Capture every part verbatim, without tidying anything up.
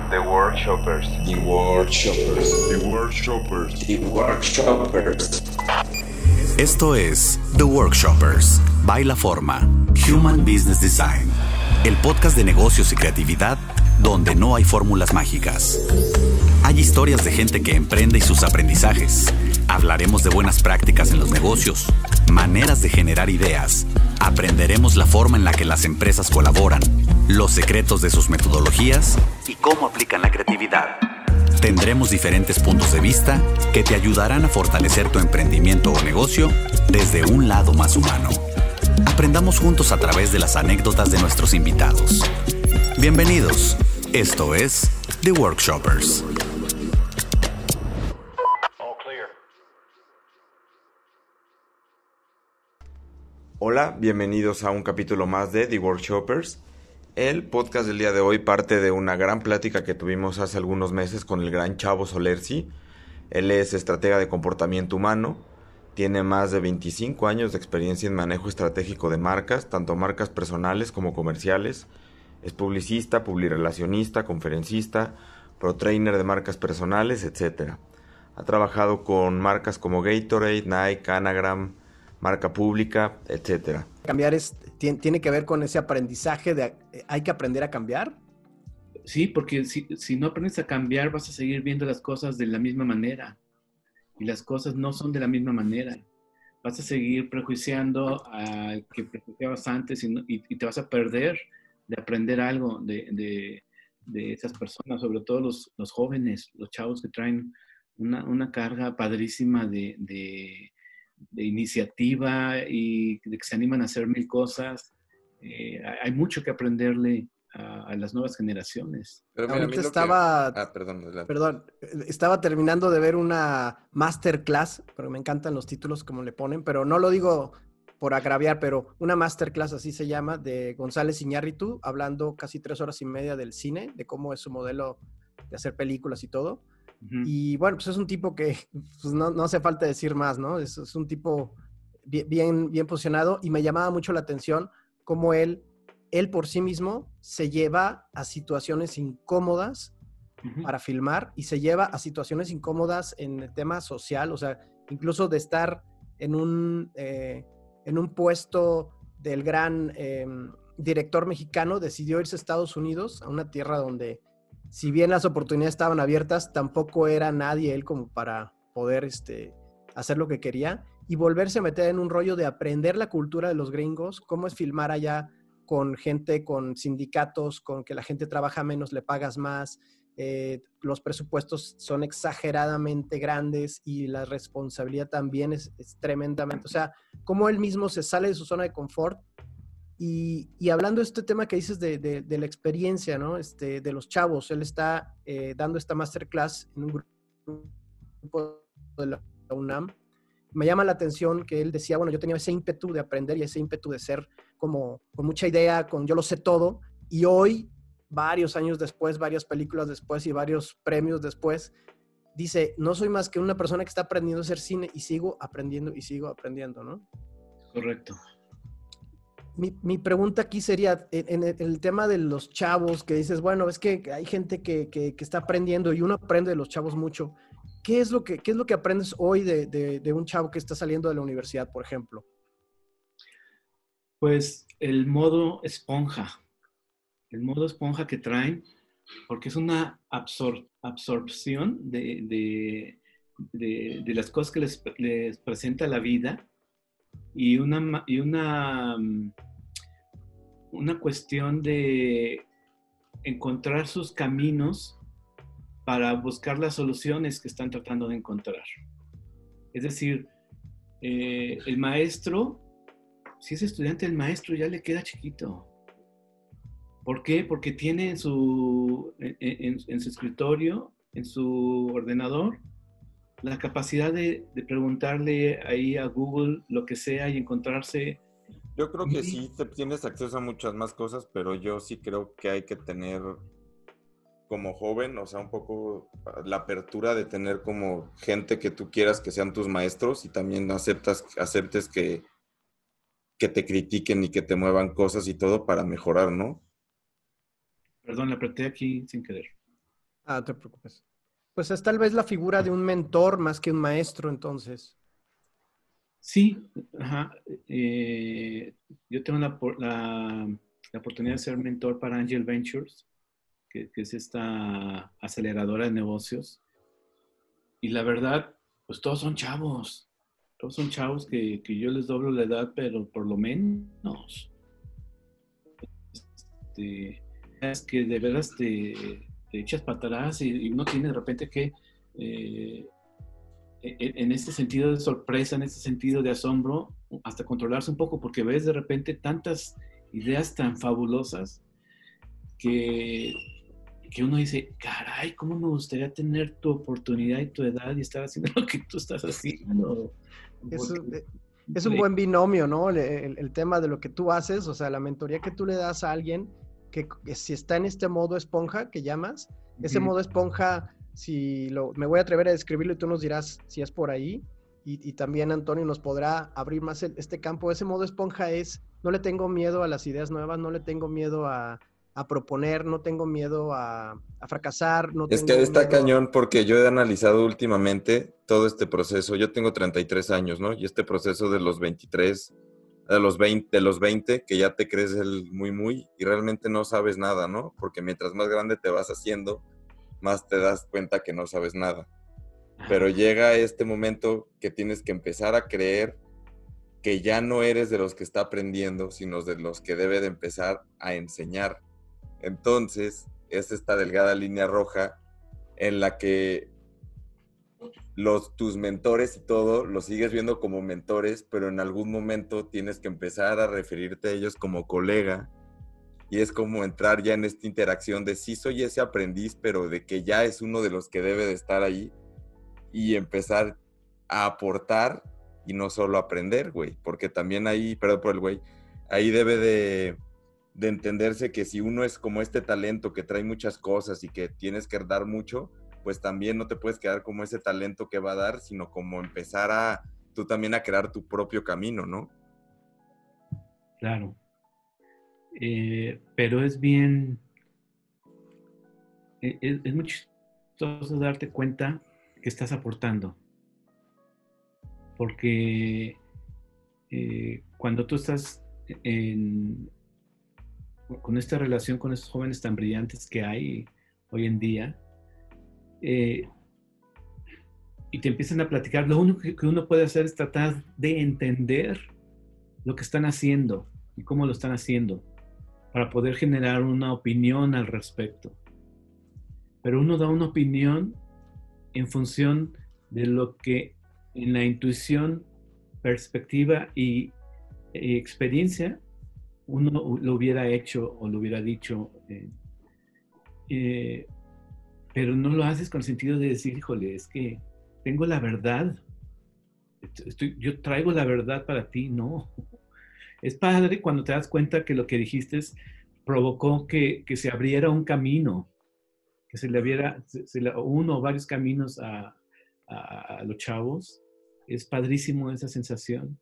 The Workshoppers. The Workshoppers. The Workshoppers. The Workshoppers. Esto es The Workshoppers, by La Forma, Human Business Design, el podcast de negocios y creatividad donde no hay fórmulas mágicas. Hay historias de gente que emprende y sus aprendizajes. Hablaremos de buenas prácticas en los negocios, maneras de generar ideas. Aprenderemos la forma en la que las empresas colaboran, los secretos de sus metodologías y cómo aplican la creatividad. Tendremos diferentes puntos de vista que te ayudarán a fortalecer tu emprendimiento o negocio desde un lado más humano. Aprendamos juntos a través de las anécdotas de nuestros invitados. Bienvenidos. Esto es The Workshoppers. Hola, bienvenidos a un capítulo más de The Workshoppers. El podcast del día de hoy parte de una gran plática que tuvimos hace algunos meses con el gran Chavo Solerzi. Él es estratega de comportamiento humano, tiene más de veinticinco años de experiencia en manejo estratégico de marcas, tanto marcas personales como comerciales. Es publicista, publirelacionista, conferencista, pro trainer de marcas personales, etcétera. Ha trabajado con marcas como Gatorade, Nike, Anagram, marca pública, etcétera. Cambiar es, tiene, tiene que ver con ese aprendizaje de eh, hay que aprender a cambiar. Sí, porque si, si no aprendes a cambiar vas a seguir viendo las cosas de la misma manera y las cosas no son de la misma manera. Vas a seguir prejuiciando al que prejuiciabas antes y, no, y, y te vas a perder de aprender algo de, de, de esas personas, sobre todo los, los jóvenes, los chavos que traen una, una carga padrísima de, de, de iniciativa y de que se animan a hacer mil cosas. Eh, hay mucho que aprenderle a, a las nuevas generaciones. Pero mira, Ahorita estaba, que... ah, perdón, adelante. perdón, estaba terminando de ver una masterclass, pero me encantan los títulos como le ponen, pero no lo digo por agraviar, pero una masterclass así se llama, de González Iñárritu, hablando casi tres horas y media del cine, de cómo es su modelo de hacer películas y todo. Uh-huh. Y bueno, pues es un tipo que pues no, no hace falta decir más, ¿no? Es, es un tipo bien, bien, bien posicionado y me llamaba mucho la atención cómo él, él por sí mismo se lleva a situaciones incómodas uh-huh. para filmar y se lleva a situaciones incómodas en el tema social, o sea, incluso de estar en un... Eh, en un puesto del gran eh, director mexicano, decidió irse a Estados Unidos, a una tierra donde, si bien las oportunidades estaban abiertas, tampoco era nadie él como para poder este, hacer lo que quería, y volverse a meter en un rollo de aprender la cultura de los gringos, cómo es filmar allá con gente, con sindicatos, con que la gente trabaja menos, le pagas más, eh, los presupuestos son exageradamente grandes y la responsabilidad también es, es tremendamente, o sea, cómo él mismo se sale de su zona de confort. Y, y hablando de este tema que dices de, de, de la experiencia, ¿no? Este, de los chavos, él está eh, dando esta masterclass en un grupo de la UNAM. Me llama la atención que él decía, bueno, yo tenía ese ímpetu de aprender y ese ímpetu de ser como con mucha idea, con yo lo sé todo, y hoy, varios años después, varias películas después y varios premios después, dice, no soy más que una persona que está aprendiendo a hacer cine y sigo aprendiendo y sigo aprendiendo, ¿no? Correcto. Mi, mi pregunta aquí sería, en, en el tema de los chavos, que dices, bueno, es que hay gente que, que, que está aprendiendo y uno aprende de los chavos mucho. ¿Qué es lo que, qué es lo que aprendes hoy de, de, de un chavo que está saliendo de la universidad, por ejemplo? Pues el modo esponja. El modo esponja que traen, porque es una absor- absorción de, de, de, de las cosas que les, les presenta la vida y una, y una, una cuestión de encontrar sus caminos para buscar las soluciones que están tratando de encontrar. Es decir, eh, el maestro, si es estudiante, el maestro ya le queda chiquito. ¿Por qué? Porque tiene en su, en, en, en su escritorio, en su ordenador, la capacidad de, de preguntarle ahí a Google lo que sea y encontrarse. Yo creo que sí te tienes acceso a muchas más cosas, pero yo sí creo que hay que tener como joven, o sea, un poco la apertura de tener como gente que tú quieras que sean tus maestros y también aceptas, aceptes que, que te critiquen y que te muevan cosas y todo para mejorar, ¿no? Perdón, la apreté aquí sin querer. Ah, no te preocupes. Pues es tal vez la figura de un mentor más que un maestro, entonces. Sí, ajá. Eh, yo tengo la, la, la oportunidad de ser mentor para Angel Ventures, que, que es esta aceleradora de negocios. Y la verdad, pues todos son chavos. Todos son chavos que, que yo les doblo la edad, pero por lo menos. Este, es que de veras te, te echas para atrás y, y uno tiene de repente que, eh, en, en este sentido de sorpresa, en este sentido de asombro, hasta controlarse un poco, porque ves de repente tantas ideas tan fabulosas que, que uno dice, caray, ¿cómo me gustaría tener tu oportunidad y tu edad y estar haciendo lo que tú estás haciendo? Es un, Porque, es un buen binomio, ¿no? El, el, el tema de lo que tú haces, o sea, la mentoría que tú le das a alguien que, que si está en este modo esponja que llamas, ese modo esponja, si lo, me voy a atrever a describirlo y tú nos dirás si es por ahí, y, y también Antonio nos podrá abrir más el, este campo. Ese modo esponja es, no le tengo miedo a las ideas nuevas, no le tengo miedo a, a proponer, no tengo miedo a, a fracasar, no Es tengo que está miedo cañón porque yo he analizado últimamente todo este proceso. Yo tengo treinta y tres años, ¿no? Y este proceso de los veintitrés, de los veinte, de los veinte, que ya te crees el muy, muy, y realmente no sabes nada, ¿no? Porque mientras más grande te vas haciendo, más te das cuenta que no sabes nada. Pero llega este momento que tienes que empezar a creer que ya no eres de los que está aprendiendo, sino de los que debe de empezar a enseñar. Entonces, es esta delgada línea roja en la que los, tus mentores y todo los sigues viendo como mentores, pero en algún momento tienes que empezar a referirte a ellos como colega, y es como entrar ya en esta interacción de sí soy ese aprendiz, pero de que ya es uno de los que debe de estar ahí, y empezar a aportar y no solo aprender, güey, porque también ahí, perdón por el güey, ahí debe de, de entenderse que si uno es como este talento que trae muchas cosas y que tienes que dar mucho, pues también no te puedes quedar como ese talento que va a dar, sino como empezar a tú también a crear tu propio camino, ¿no? Claro. Eh, pero es bien, es, es muy chistoso darte cuenta que estás aportando. Porque eh, cuando tú estás en, con esta relación con estos jóvenes tan brillantes que hay hoy en día, eh, y te empiezan a platicar, lo único que uno puede hacer es tratar de entender lo que están haciendo y cómo lo están haciendo para poder generar una opinión al respecto. Pero uno da una opinión en función de lo que en la intuición, perspectiva y, y experiencia uno lo hubiera hecho o lo hubiera dicho. Eh, eh, pero no lo haces con el sentido de decir, híjole, es que tengo la verdad. Estoy, yo traigo la verdad para ti. No. Es padre cuando te das cuenta que lo que dijiste provocó que, que se abriera un camino, que se le abriera se, se le, uno o varios caminos a, a, a los chavos. Es padrísimo esa sensación,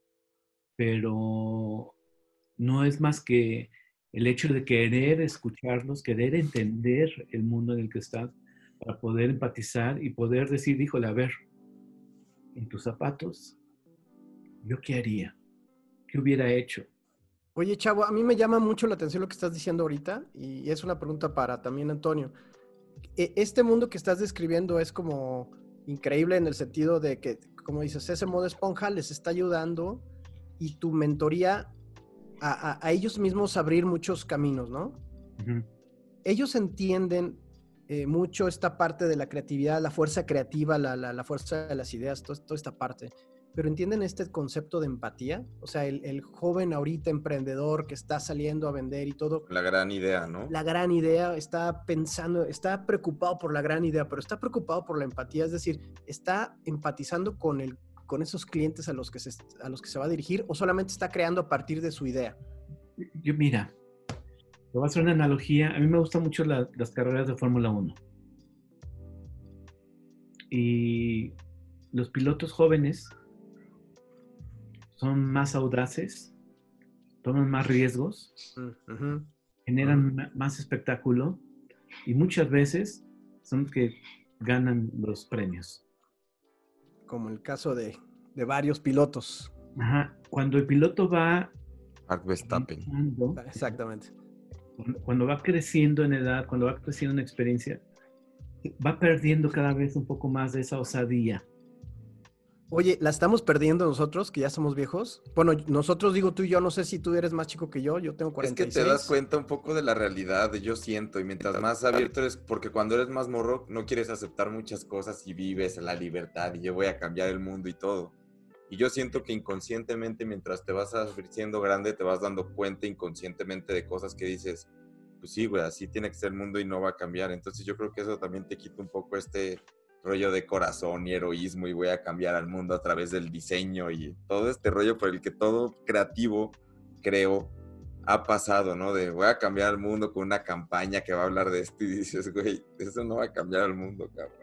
pero no es más que el hecho de querer escucharlos, querer entender el mundo en el que estás, para poder empatizar y poder decir, híjole, a ver, en tus zapatos, ¿yo qué haría? ¿Qué hubiera hecho? Oye, Chavo, a mí me llama mucho la atención lo que estás diciendo ahorita, y es una pregunta para también Antonio. Este mundo que estás describiendo es como increíble en el sentido de que, como dices, ese modo esponja les está ayudando y tu mentoría a, a, a ellos mismos abrir muchos caminos, ¿no? Uh-huh. Ellos entienden eh, mucho esta parte de la creatividad, la fuerza creativa, la, la, la fuerza de las ideas, todo, toda esta parte. Pero ¿entienden este concepto de empatía? O sea, el, el joven ahorita emprendedor que está saliendo a vender y todo. La gran idea, ¿no? La gran idea, está pensando, está preocupado por la gran idea, pero está preocupado por la empatía, es decir, está empatizando con, el, con esos clientes a los, que se, a los que se va a dirigir, o solamente está creando a partir de su idea. Yo, mira, te voy a hacer una analogía. A mí me gustan mucho la, las carreras de Fórmula uno. Y los pilotos jóvenes son más audaces, toman más riesgos, uh-huh. generan uh-huh. más espectáculo y muchas veces son los que ganan los premios. Como el caso de, de varios pilotos. Ajá. Cuando el piloto va... Mark Verstappen. avanzando, Exactamente. Cuando va creciendo en edad, cuando va creciendo en experiencia, va perdiendo cada vez un poco más de esa osadía. Oye, ¿la estamos perdiendo nosotros, que ya somos viejos? Bueno, nosotros digo tú y yo, no sé si tú eres más chico que yo, yo tengo Es cuarenta y que seis. te das cuenta un poco de la realidad, yo siento, y mientras más abierto eres, porque cuando eres más morro no quieres aceptar muchas cosas y vives la libertad y yo voy a cambiar el mundo y todo. Y yo siento que inconscientemente, mientras te vas haciendo grande, te vas dando cuenta inconscientemente de cosas que dices, pues sí, güey, así tiene que ser el mundo y no va a cambiar. Entonces yo creo que eso también te quita un poco este rollo de corazón y heroísmo y voy a cambiar al mundo a través del diseño y todo este rollo por el que todo creativo, creo, ha pasado, ¿no? De voy a cambiar al mundo con una campaña que va a hablar de esto y dices, güey, eso no va a cambiar al mundo, cabrón.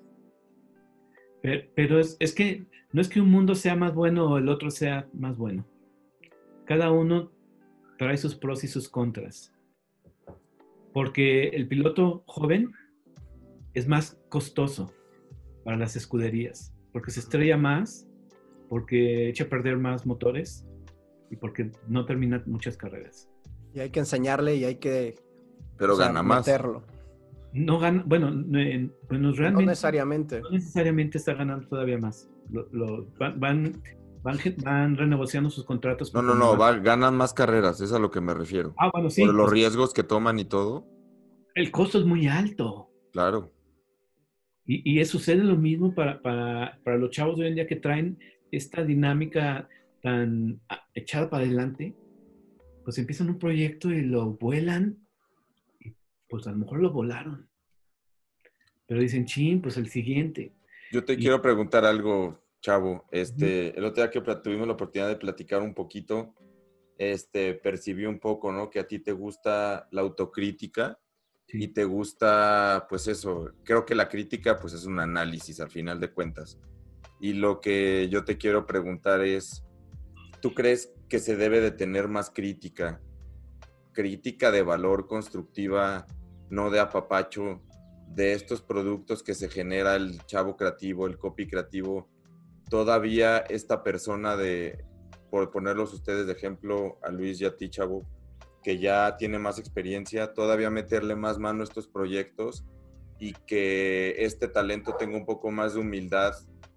Pero, pero es, es que no es que un mundo sea más bueno o el otro sea más bueno. Cada uno trae sus pros y sus contras. Porque el piloto joven es más costoso para las escuderías, porque se estrella más, porque echa a perder más motores y porque no termina muchas carreras. Y hay que enseñarle y hay que Pero o sea, gana más. meterlo. No gana, bueno, no, bueno, realmente No necesariamente. no necesariamente está ganando todavía más. Lo, lo, van, van, van, van renegociando sus contratos. No, no, no, va, ganan más carreras, es a lo que me refiero. Ah, bueno, sí. Por los pues, riesgos que toman y todo. el costo es muy alto. Claro. Y, y eso sucede lo mismo para, para, para los chavos de hoy en día que traen esta dinámica tan echada para adelante, pues empiezan un proyecto y lo vuelan, y pues a lo mejor lo volaron. Pero dicen, chin, pues el siguiente. Yo te Y- quiero preguntar algo, chavo. Este, el otro día que pla- tuvimos la oportunidad de platicar un poquito, este, percibí un poco, ¿no? Que a ti te gusta la autocrítica. Sí. Y te gusta, pues eso, creo que la crítica pues es un análisis al final de cuentas. Y lo que yo te quiero preguntar es, ¿tú crees que se debe de tener más crítica? Crítica de valor constructiva, no de apapacho, de estos productos que se genera el chavo creativo, el copy creativo. Todavía esta persona de, por ponerlos ustedes de ejemplo, a Luis y a ti, chavo, que ya tiene más experiencia, todavía meterle más mano a estos proyectos y que este talento tenga un poco más de humildad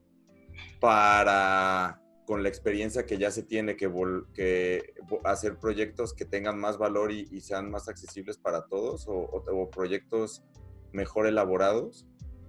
para, con la experiencia que ya se tiene, que, vol, que hacer proyectos que tengan más valor y, y sean más accesibles para todos o, o, o proyectos mejor elaborados?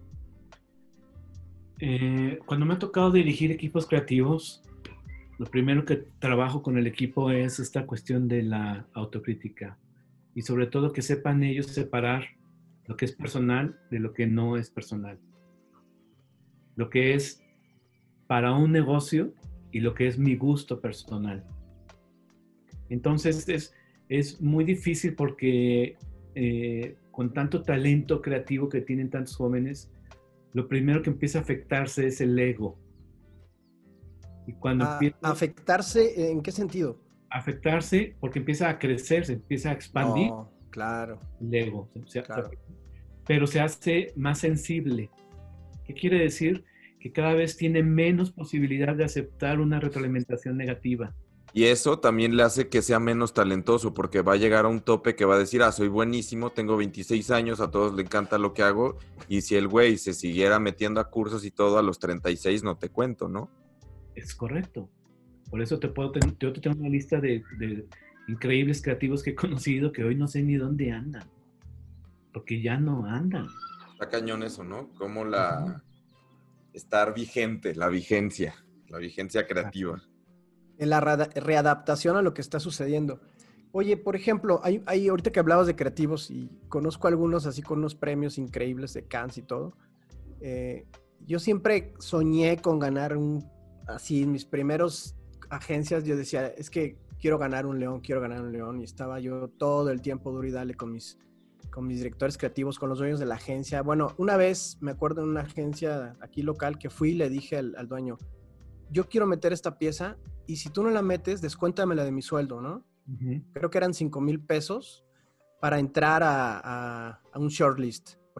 Eh, cuando me ha tocado dirigir equipos creativos, lo primero que trabajo con el equipo es esta cuestión de la autocrítica y sobre todo que sepan ellos separar lo que es personal de lo que no es personal. Lo que es para un negocio y lo que es mi gusto personal. Entonces es, es muy difícil porque eh, con tanto talento creativo que tienen tantos jóvenes, lo primero que empieza a afectarse es el ego. Y cuando A, empieza ¿Afectarse en qué sentido? a afectarse, porque empieza a crecer, se empieza a expandir No, claro. el ego, se- se- Claro. pero se hace más sensible. ¿Qué quiere decir? Que cada vez tiene menos posibilidad de aceptar una retroalimentación negativa. Y eso también le hace que sea menos talentoso, porque va a llegar a un tope que va a decir, ah, soy buenísimo, tengo veintiséis años, a todos les encanta lo que hago, y si el güey se siguiera metiendo a cursos y todo a los treinta y seis, no te cuento, ¿no? Es correcto. Por eso te puedo ten- yo te tengo una lista de, de increíbles creativos que he conocido que hoy no sé ni dónde andan. Porque ya no andan. Está cañón eso, ¿no? Como la... estar vigente, la vigencia, la vigencia creativa. En la reada- readaptación a lo que está sucediendo. Oye, por ejemplo, hay, hay ahorita que hablabas de creativos y conozco algunos así con unos premios increíbles de Cannes y todo. Eh, yo siempre soñé con ganar un, así en mis primeros agencias yo decía, es que quiero ganar un león, quiero ganar un león y estaba yo todo el tiempo duro y dale con mis, con mis directores creativos, con los dueños de la agencia. Bueno, una vez me acuerdo en una agencia aquí local que fui y le dije al, al dueño, yo quiero meter esta pieza y si tú no la metes, descuéntamela de mi sueldo, ¿no? Uh-huh. Creo que eran cinco mil pesos para entrar a, a, a un shortlist, porque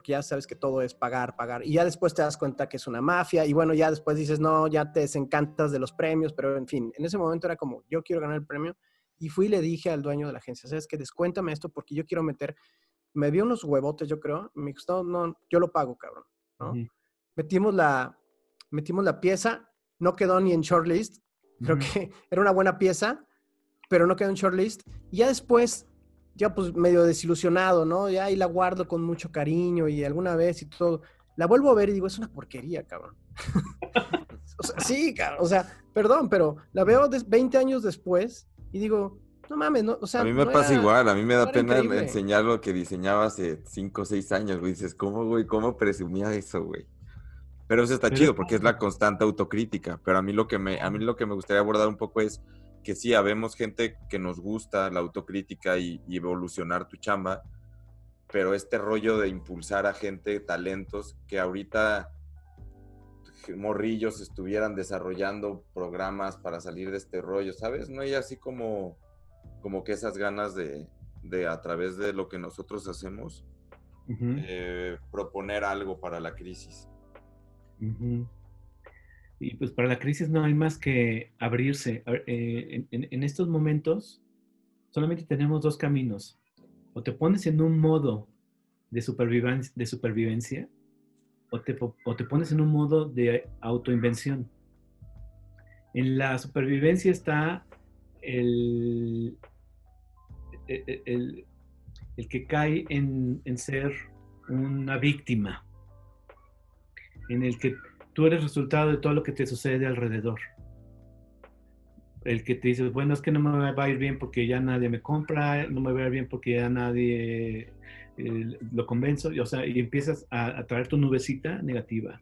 porque ya sabes que todo es pagar, pagar. Y ya después te das cuenta que es una mafia y bueno, ya después dices, no, ya te desencantas de los premios, pero en fin, en ese momento era como, yo quiero ganar el premio. Y fui y le dije al dueño de la agencia, ¿sabes qué? Descuéntame esto porque yo quiero meter, me dio unos huevotes, yo creo, y me dijo, no, no, yo lo pago, cabrón, ¿no? Uh-huh. Metimos la, metimos la pieza, no quedó ni en shortlist, creo uh-huh. que era una buena pieza, pero no quedó en shortlist. Y ya después, ya pues medio desilusionado, ¿no? Ya ahí la guardo con mucho cariño y alguna vez y todo. La vuelvo a ver y digo, es una porquería, cabrón. O sea, sí, cabrón, o sea, perdón, pero la veo veinte años después y digo, no mames, no, o sea. A mí me no pasa era, igual, a mí me da no pena increíble. enseñar lo que diseñaba hace cinco o seis años, güey. Dices, ¿cómo, güey? ¿Cómo presumía eso, güey? Pero eso está pero chido porque es la constante autocrítica. Pero a mí lo que me, a mí lo que me gustaría abordar un poco es que sí, habemos gente que nos gusta la autocrítica y, y evolucionar tu chamba, pero este rollo de impulsar a gente, talentos, que ahorita morrillos estuvieran desarrollando programas para salir de este rollo, ¿sabes? No hay así como, como que esas ganas de, de a través de lo que nosotros hacemos, uh-huh. eh, proponer algo para la crisis. Uh-huh. Y pues para la crisis no hay más que abrirse. Eh, en, en estos momentos solamente tenemos dos caminos. O te pones en un modo de supervivencia, de supervivencia o, te, o te pones en un modo de autoinvención. En la supervivencia está el, el, el, el que cae en, en ser una víctima, en el que tú eres resultado de todo lo que te sucede alrededor. El que te dice, bueno, es que no me va a ir bien porque ya nadie me compra, no me va a ir bien porque ya nadie eh, lo convenzo, y, o sea, y empiezas a, a traer tu nubecita negativa.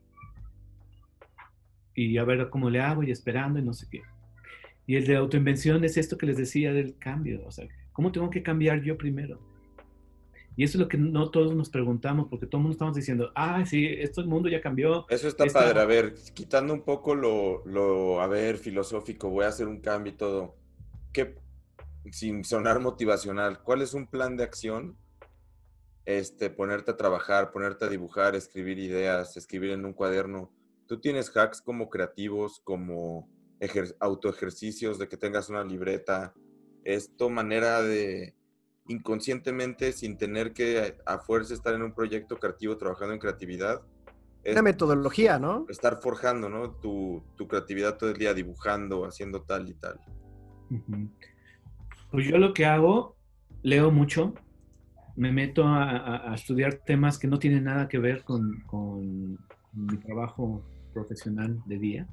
Y a ver cómo le hago y esperando y no sé qué. Y el de autoinvención es esto que les decía del cambio, o sea, ¿cómo tengo que cambiar yo primero? Y eso es lo que no todos nos preguntamos, porque todo el mundo estamos diciendo, ah, sí, esto el mundo ya cambió. Eso está esta... padre, a ver, quitando un poco lo, lo, a ver, filosófico, voy a hacer un cambio y todo. ¿Qué, sin sonar motivacional, cuál es un plan de acción? Este, ponerte a trabajar, ponerte a dibujar, escribir ideas, escribir en un cuaderno. ¿Tú tienes hacks como creativos, como ejer- autoejercicios de que tengas una libreta? ¿Es tu manera de inconscientemente, sin tener que a fuerza estar en un proyecto creativo trabajando en creatividad? Es una metodología, ¿no? Estar forjando, ¿no? Tu, tu creatividad todo el día, dibujando, haciendo tal y tal. Uh-huh. Pues yo lo que hago, leo mucho, me meto a, a, a estudiar temas que no tienen nada que ver con, con mi trabajo profesional de día.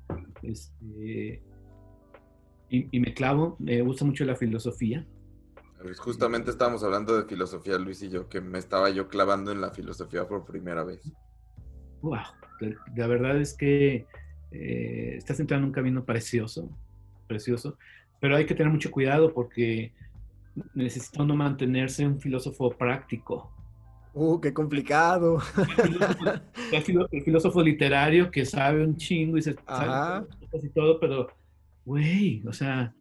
Este, y, y me clavo, me gusta mucho la filosofía. Justamente estábamos hablando de filosofía, Luis y yo, que me estaba yo clavando en la filosofía por primera vez. Wow, la verdad es que eh, estás entrando en un camino precioso, precioso, pero hay que tener mucho cuidado porque necesita uno mantenerse un filósofo práctico. ¡Uh, qué complicado! El filósofo, el filósofo, el filósofo literario que sabe un chingo y se sabe casi todo, pero, güey, o sea,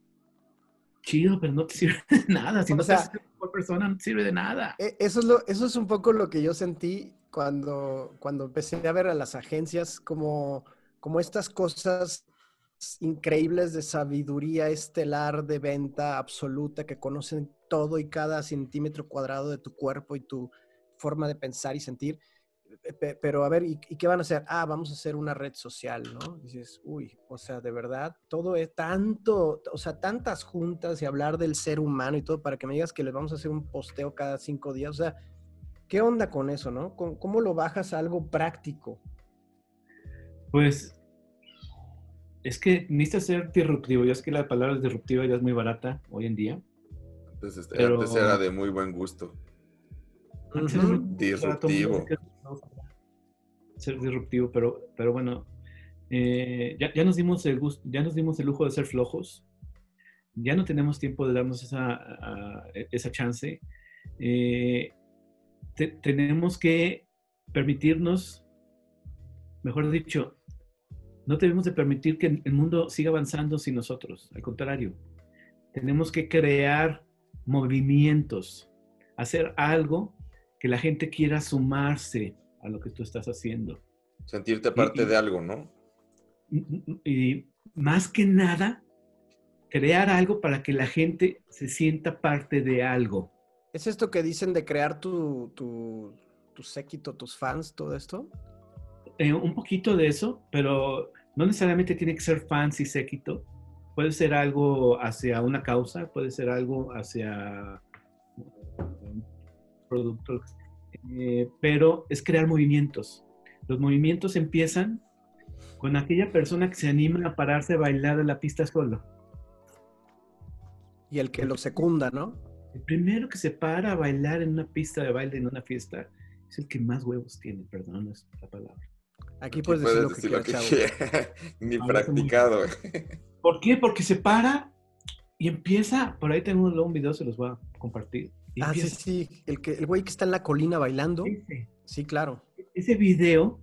chido, pero no te sirve de nada. Si o no sea, te haces mejor persona, no te sirve de nada. Eso es, lo, eso es un poco lo que yo sentí cuando, cuando empecé a ver a las agencias como, como estas cosas increíbles de sabiduría estelar, de venta absoluta, que conocen todo y cada centímetro cuadrado de tu cuerpo y tu forma de pensar y sentir. Pero a ver, ¿y, ¿y qué van a hacer? Ah, vamos a hacer una red social, ¿no? Dices, uy, o sea, de verdad, todo es tanto, o sea, tantas juntas y hablar del ser humano y todo para que me digas que les vamos a hacer un posteo cada cinco días. O sea, ¿qué onda con eso, no? ¿Cómo, cómo lo bajas a algo práctico? Pues, es que necesitas ser disruptivo. Yo sé que la palabra disruptiva ya es muy barata hoy en día. Entonces, pero... antes era de muy buen gusto. Antes uh-huh. era muy disruptivo. Ser disruptivo, pero, pero bueno, eh, ya, ya, nos dimos el gusto, ya nos dimos el lujo de ser flojos. Ya no tenemos tiempo de darnos esa, a, a, esa chance. Eh, te, tenemos que permitirnos, mejor dicho, no debemos de permitir que el mundo siga avanzando sin nosotros. Al contrario, tenemos que crear movimientos, hacer algo que la gente quiera sumarse a lo que tú estás haciendo. Sentirte parte Y- y- de algo, ¿no? Y más que nada, crear algo para que la gente se sienta parte de algo. ¿Es esto que dicen de crear tu, tu, tu séquito, tus fans, todo esto? Eh, un poquito de eso, pero no necesariamente tiene que ser fans y séquito. Puede ser algo hacia una causa, puede ser algo hacia un producto, eh, pero es crear movimientos. Los movimientos empiezan con aquella persona que se anima a pararse a bailar en la pista solo. Y el que lo secunda, ¿no? El primero que se para a bailar en una pista de baile en una fiesta es el que más huevos tiene, perdón, no es la palabra. Aquí Aquí puedes decir lo que quieras, chavo. quieras. Ni A ver, practicado. ¿Por qué? Porque se para y empieza, por ahí tengo un, un video, se los voy a compartir. Y Ah, sí, empieza- sí. El, que, el güey que está en la colina bailando. Ese, Sí, claro. ese video,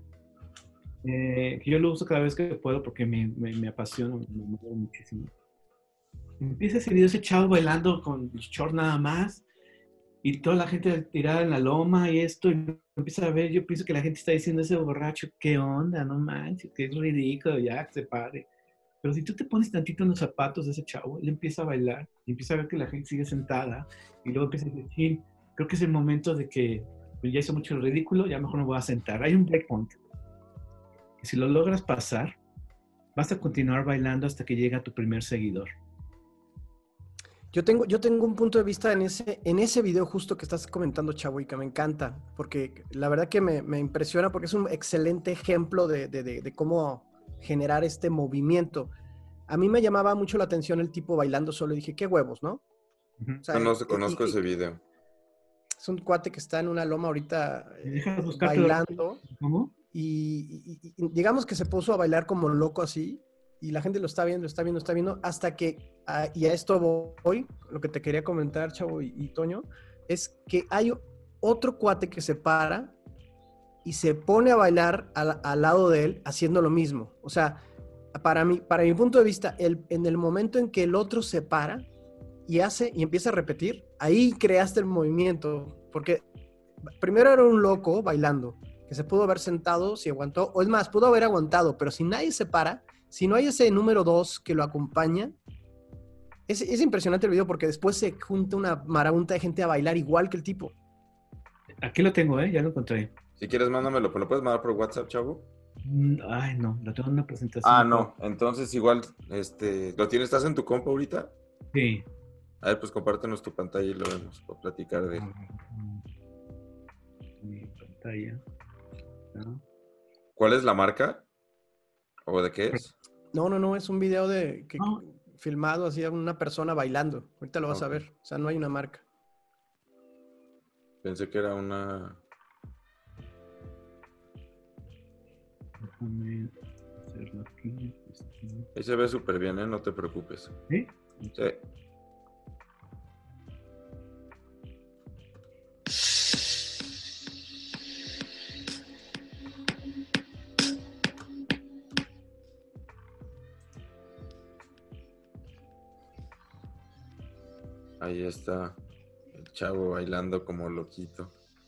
eh, que yo lo uso cada vez que puedo porque me, me, me apasiona, me, me mueve muchísimo. Empieza ese video, ese chavo bailando con short nada más, y toda la gente tirada en la loma y esto, y lo empieza a ver, yo pienso que la gente está diciendo, ese borracho, ¿qué onda? No manches, que es ridículo, ya, que se pare. Pero si tú te pones tantito en los zapatos de ese chavo, él empieza a bailar, y empieza a ver que la gente sigue sentada, y luego empieza a decir, "Chin, creo que es el momento de que pues, ya hizo mucho el ridículo, ya mejor me voy a sentar". Hay un breakpoint. Y si lo logras pasar, vas a continuar bailando hasta que llega tu primer seguidor. Yo tengo, yo tengo un punto de vista en ese, en ese video justo que estás comentando, chavo, y que me encanta, porque la verdad que me, me impresiona porque es un excelente ejemplo de, de, de, de cómo generar este movimiento. A mí me llamaba mucho la atención el tipo bailando solo y dije, qué huevos, ¿no? Ujú. O sea, No, no sé, y- conozco y- ese video. Es un cuate que está en una loma ahorita eh, Deja de buscar bailando ¿Cómo? y, y- y digamos que se puso a bailar como loco así y la gente lo está viendo, lo está viendo, está viendo hasta que, ah, y a esto voy, lo que te quería comentar, Chavo y, y Toño, es que hay otro cuate que se para y se pone a bailar al, al lado de él haciendo lo mismo. O sea, para mí, para mi punto de vista, el, en el momento en que el otro se para y hace y empieza a repetir, ahí creaste el movimiento, porque primero era un loco bailando, que se pudo haber sentado si aguantó, o es más, pudo haber aguantado, pero si nadie se para, si no hay ese número dos que lo acompaña, es, es impresionante el video porque después se junta una marabunta de gente a bailar igual que el tipo. Aquí lo tengo, ¿eh? Ya lo encontré. Si quieres, mándamelo. ¿Lo puedes mandar por WhatsApp, chavo? Mm, Ay, no, lo tengo en una presentación. Ah, no. Entonces, igual, este, ¿lo tienes? ¿Estás en tu compa ahorita? Sí. A ver, pues compártenos tu pantalla y lo vemos para platicar de... Mm, Mi pantalla. ¿No? ¿Cuál es la marca? ¿O de qué es? No, no, no, es un video de que, No. filmado así a una persona bailando. Ahorita lo vas a Ok. ver. O sea, no hay una marca. Pensé que era una... Déjame hacerlo aquí. Este, Ahí se ve súper bien, ¿eh? No te preocupes. ¿Sí? Sí. Ahí está el chavo bailando como loquito.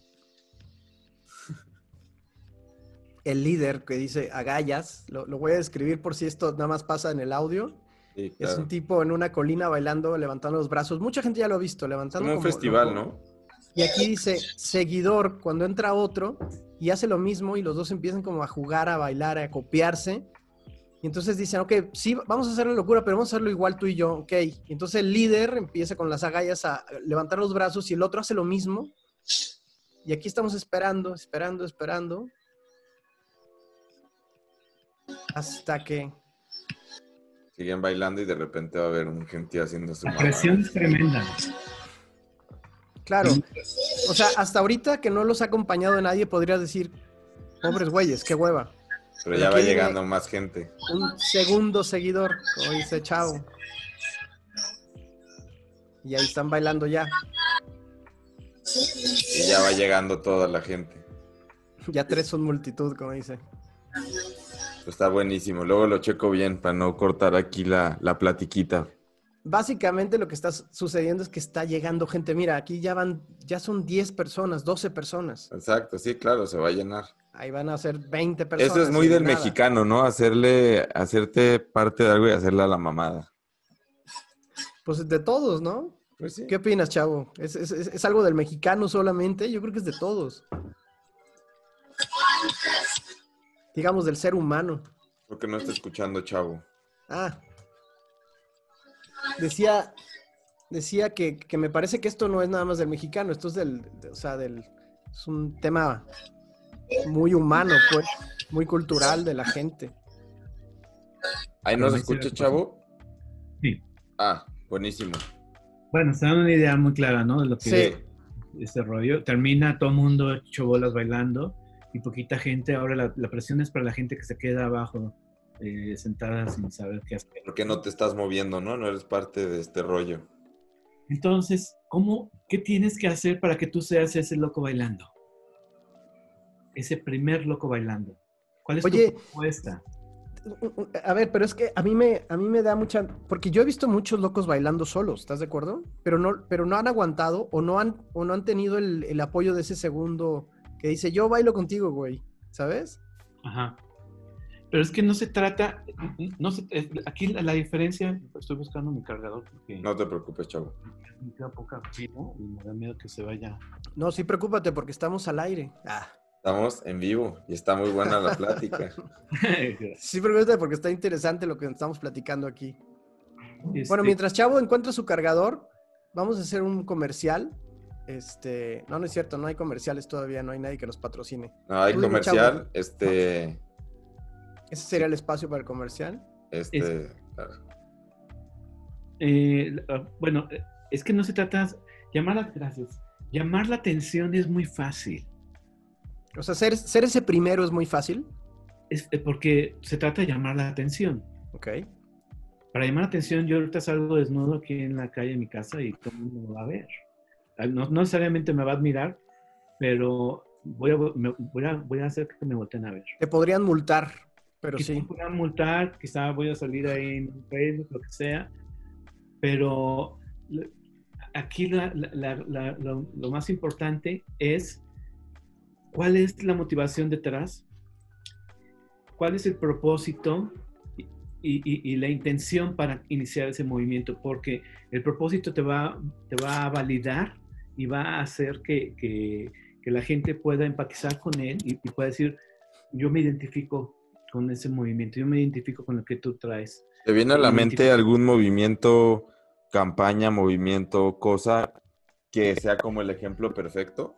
El líder que dice agallas, lo, lo voy a describir por si esto nada más pasa en el audio. Sí, Es claro. un tipo en una colina bailando, levantando los brazos. Mucha gente ya lo ha visto, levantando Como un como festival, loco. ¿no? Y aquí dice seguidor cuando entra otro y hace lo mismo y los dos empiezan como a jugar, a bailar, a copiarse. Y entonces dicen, ok, sí, vamos a hacer la locura, pero vamos a hacerlo igual tú y yo, ok. Y entonces el líder empieza con las agallas a levantar los brazos y el otro hace lo mismo. Y aquí estamos esperando, esperando, esperando. Hasta que... Siguen bailando y de repente va a haber un gente haciendo su La mamada. presión es tremenda. Claro, o sea, hasta ahorita que no los ha acompañado de nadie, podrías decir, pobres güeyes, qué hueva. Pero ya Aquí va viene- llegando más gente. Un segundo seguidor, como dice Chavo. Y ahí están bailando ya. Y ya va llegando toda la gente. Ya tres son multitud, como dice. Pues está buenísimo. Luego lo checo bien para no cortar aquí la, la platiquita. básicamente lo que está sucediendo es que está llegando gente. Mira, aquí ya van, ya son diez personas, doce personas. Exacto, sí, claro, se va a llenar. Ahí van a ser veinte personas. Eso es muy y del nada. mexicano, ¿no? Hacerle, hacerte parte de algo y hacerle a la mamada. Pues de todos, ¿no? Pues sí. ¿Qué opinas, chavo? ¿Es, es, es, ¿Es algo del mexicano solamente? Yo creo que es de todos. Digamos, del ser humano. Porque no está escuchando, chavo. Ah. Decía, decía que, que me parece que esto no es nada más del mexicano, esto es del, de, o sea, del, es un tema muy humano, pues, muy cultural de la gente. ¿Ahí nos escucha, chavo? Sí. Ah, buenísimo. Bueno, se dan una idea muy clara, ¿no? De lo que Sí. es este rollo. Termina todo el mundo hecho bolas bailando y poquita gente. Ahora la, la presión es para la gente que se queda abajo, eh, sentada sin saber qué hacer. Porque no te estás moviendo, ¿no? No eres parte de este rollo. Entonces, ¿cómo, qué tienes que hacer para que tú seas ese loco bailando? Ese primer loco bailando. ¿Cuál es Oye, tu propuesta? A ver, pero es que a mí me, a mí me da mucha... Porque yo he visto muchos locos bailando solos, ¿estás de acuerdo? Pero no, pero no han aguantado o no han, o no han tenido el, el apoyo de ese segundo que dice, yo bailo contigo, güey, ¿sabes? Ajá. Pero es que no se trata... No se, aquí la, la diferencia... Estoy buscando mi cargador porque... No te preocupes, chavo. Me queda poca pila y me da miedo que se vaya. No, sí, preocúpate porque estamos al aire. Ah. Estamos en vivo y está muy buena la plática. Sí, preocúpate porque está interesante lo que estamos platicando aquí. Este, Bueno, mientras Chavo encuentra su cargador, vamos a hacer un comercial. Este, no, no es cierto, no hay comerciales todavía, no hay nadie que nos patrocine. No, hay Tú dime, comercial, Chavo. este... ¿Ese sería el espacio para el comercial? Este... Es- claro. eh, bueno, es que no se trata... Llamar la, gracias. Llamar la atención es muy fácil. O sea, ser, ser ese primero es muy fácil. Es porque se trata de llamar la atención. Ok. Para llamar la atención, yo ahorita salgo desnudo aquí en la calle de mi casa y todo el mundo me va a ver. No, no necesariamente me va a admirar, pero voy a, me, voy a, voy a hacer que me volteen a ver. Te podrían multar, pero Quizá sí. me puedan multar, quizá voy a salir ahí en Facebook, lo que sea, pero aquí la, la, la, la, lo, lo más importante es cuál es la motivación detrás, cuál es el propósito y, y, y la intención para iniciar ese movimiento, porque el propósito te va, te va a validar y va a hacer que, que, que la gente pueda empatizar con él y, y pueda decir, yo me identifico con ese movimiento, yo me identifico con lo que tú traes. ¿Te viene a la Me mente identifico- algún movimiento, campaña, movimiento, cosa que sea como el ejemplo perfecto?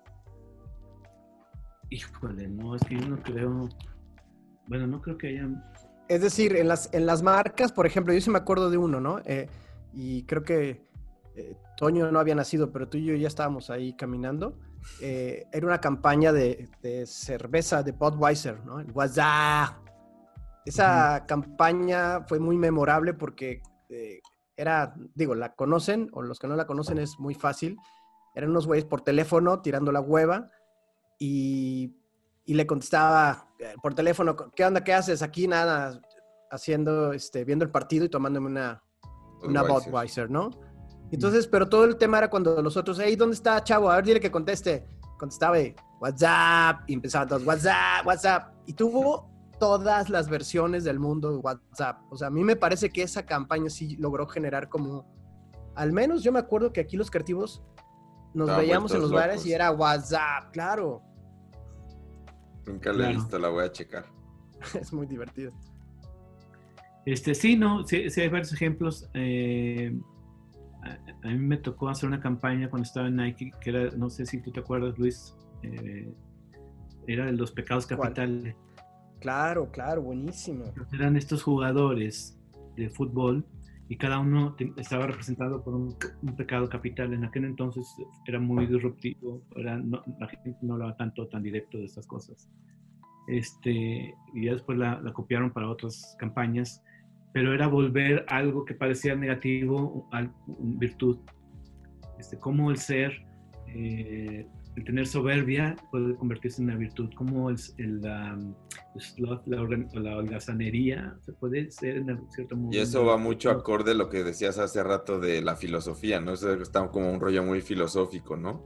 Híjole, no, es que yo no creo, bueno, no creo que haya... Es decir, en las, en las marcas, por ejemplo, yo sí me acuerdo de uno, ¿no? Eh, y creo que eh, Toño no había nacido, pero tú y yo ya estábamos ahí caminando. Eh, era una campaña de, de cerveza de Budweiser, ¿no? El WhatsApp. Esa uh-huh. campaña fue muy memorable porque eh, era, digo, la conocen, o los que no la conocen es muy fácil. Eran unos güeyes por teléfono tirando la hueva y, y le contestaba eh, por teléfono, ¿qué onda? ¿Qué haces? Aquí nada, haciendo, este, viendo el partido y tomándome una, una Budweiser, ¿no? Entonces, pero todo el tema era cuando los otros, hey, ¿dónde está Chavo? A ver, dile que conteste. Contestaba, WhatsApp, y empezaban todos, WhatsApp, WhatsApp. Y tuvo todas las versiones del mundo de WhatsApp. O sea, a mí me parece que esa campaña sí logró generar como, al menos yo me acuerdo que aquí los creativos nos Estaban veíamos en los locos. bares y era WhatsApp, claro. Nunca la Claro. he visto, la voy a checar. Es muy divertido. Este, sí, no, sí, sí hay varios ejemplos. Eh, a, a mí me tocó hacer una campaña cuando estaba en Nike, que era, no sé si tú te acuerdas, Luis, eh, era de los pecados capitales. Claro, claro, buenísimo. Eran estos jugadores de fútbol y cada uno te, estaba representado por un, un pecado capital. En aquel entonces era muy disruptivo, era, no, la gente no hablaba tanto, tan directo de estas cosas. Este, y ya después la, la copiaron para otras campañas, pero era volver algo que parecía negativo a virtud. Este, cómo el ser eh, el tener soberbia puede convertirse en una virtud, como el, el, um, el la, organ, la holgazanería se puede ser en cierto modo. Y eso va mucho acorde a lo que decías hace rato de la filosofía, ¿no? Eso está como un rollo muy filosófico, ¿no?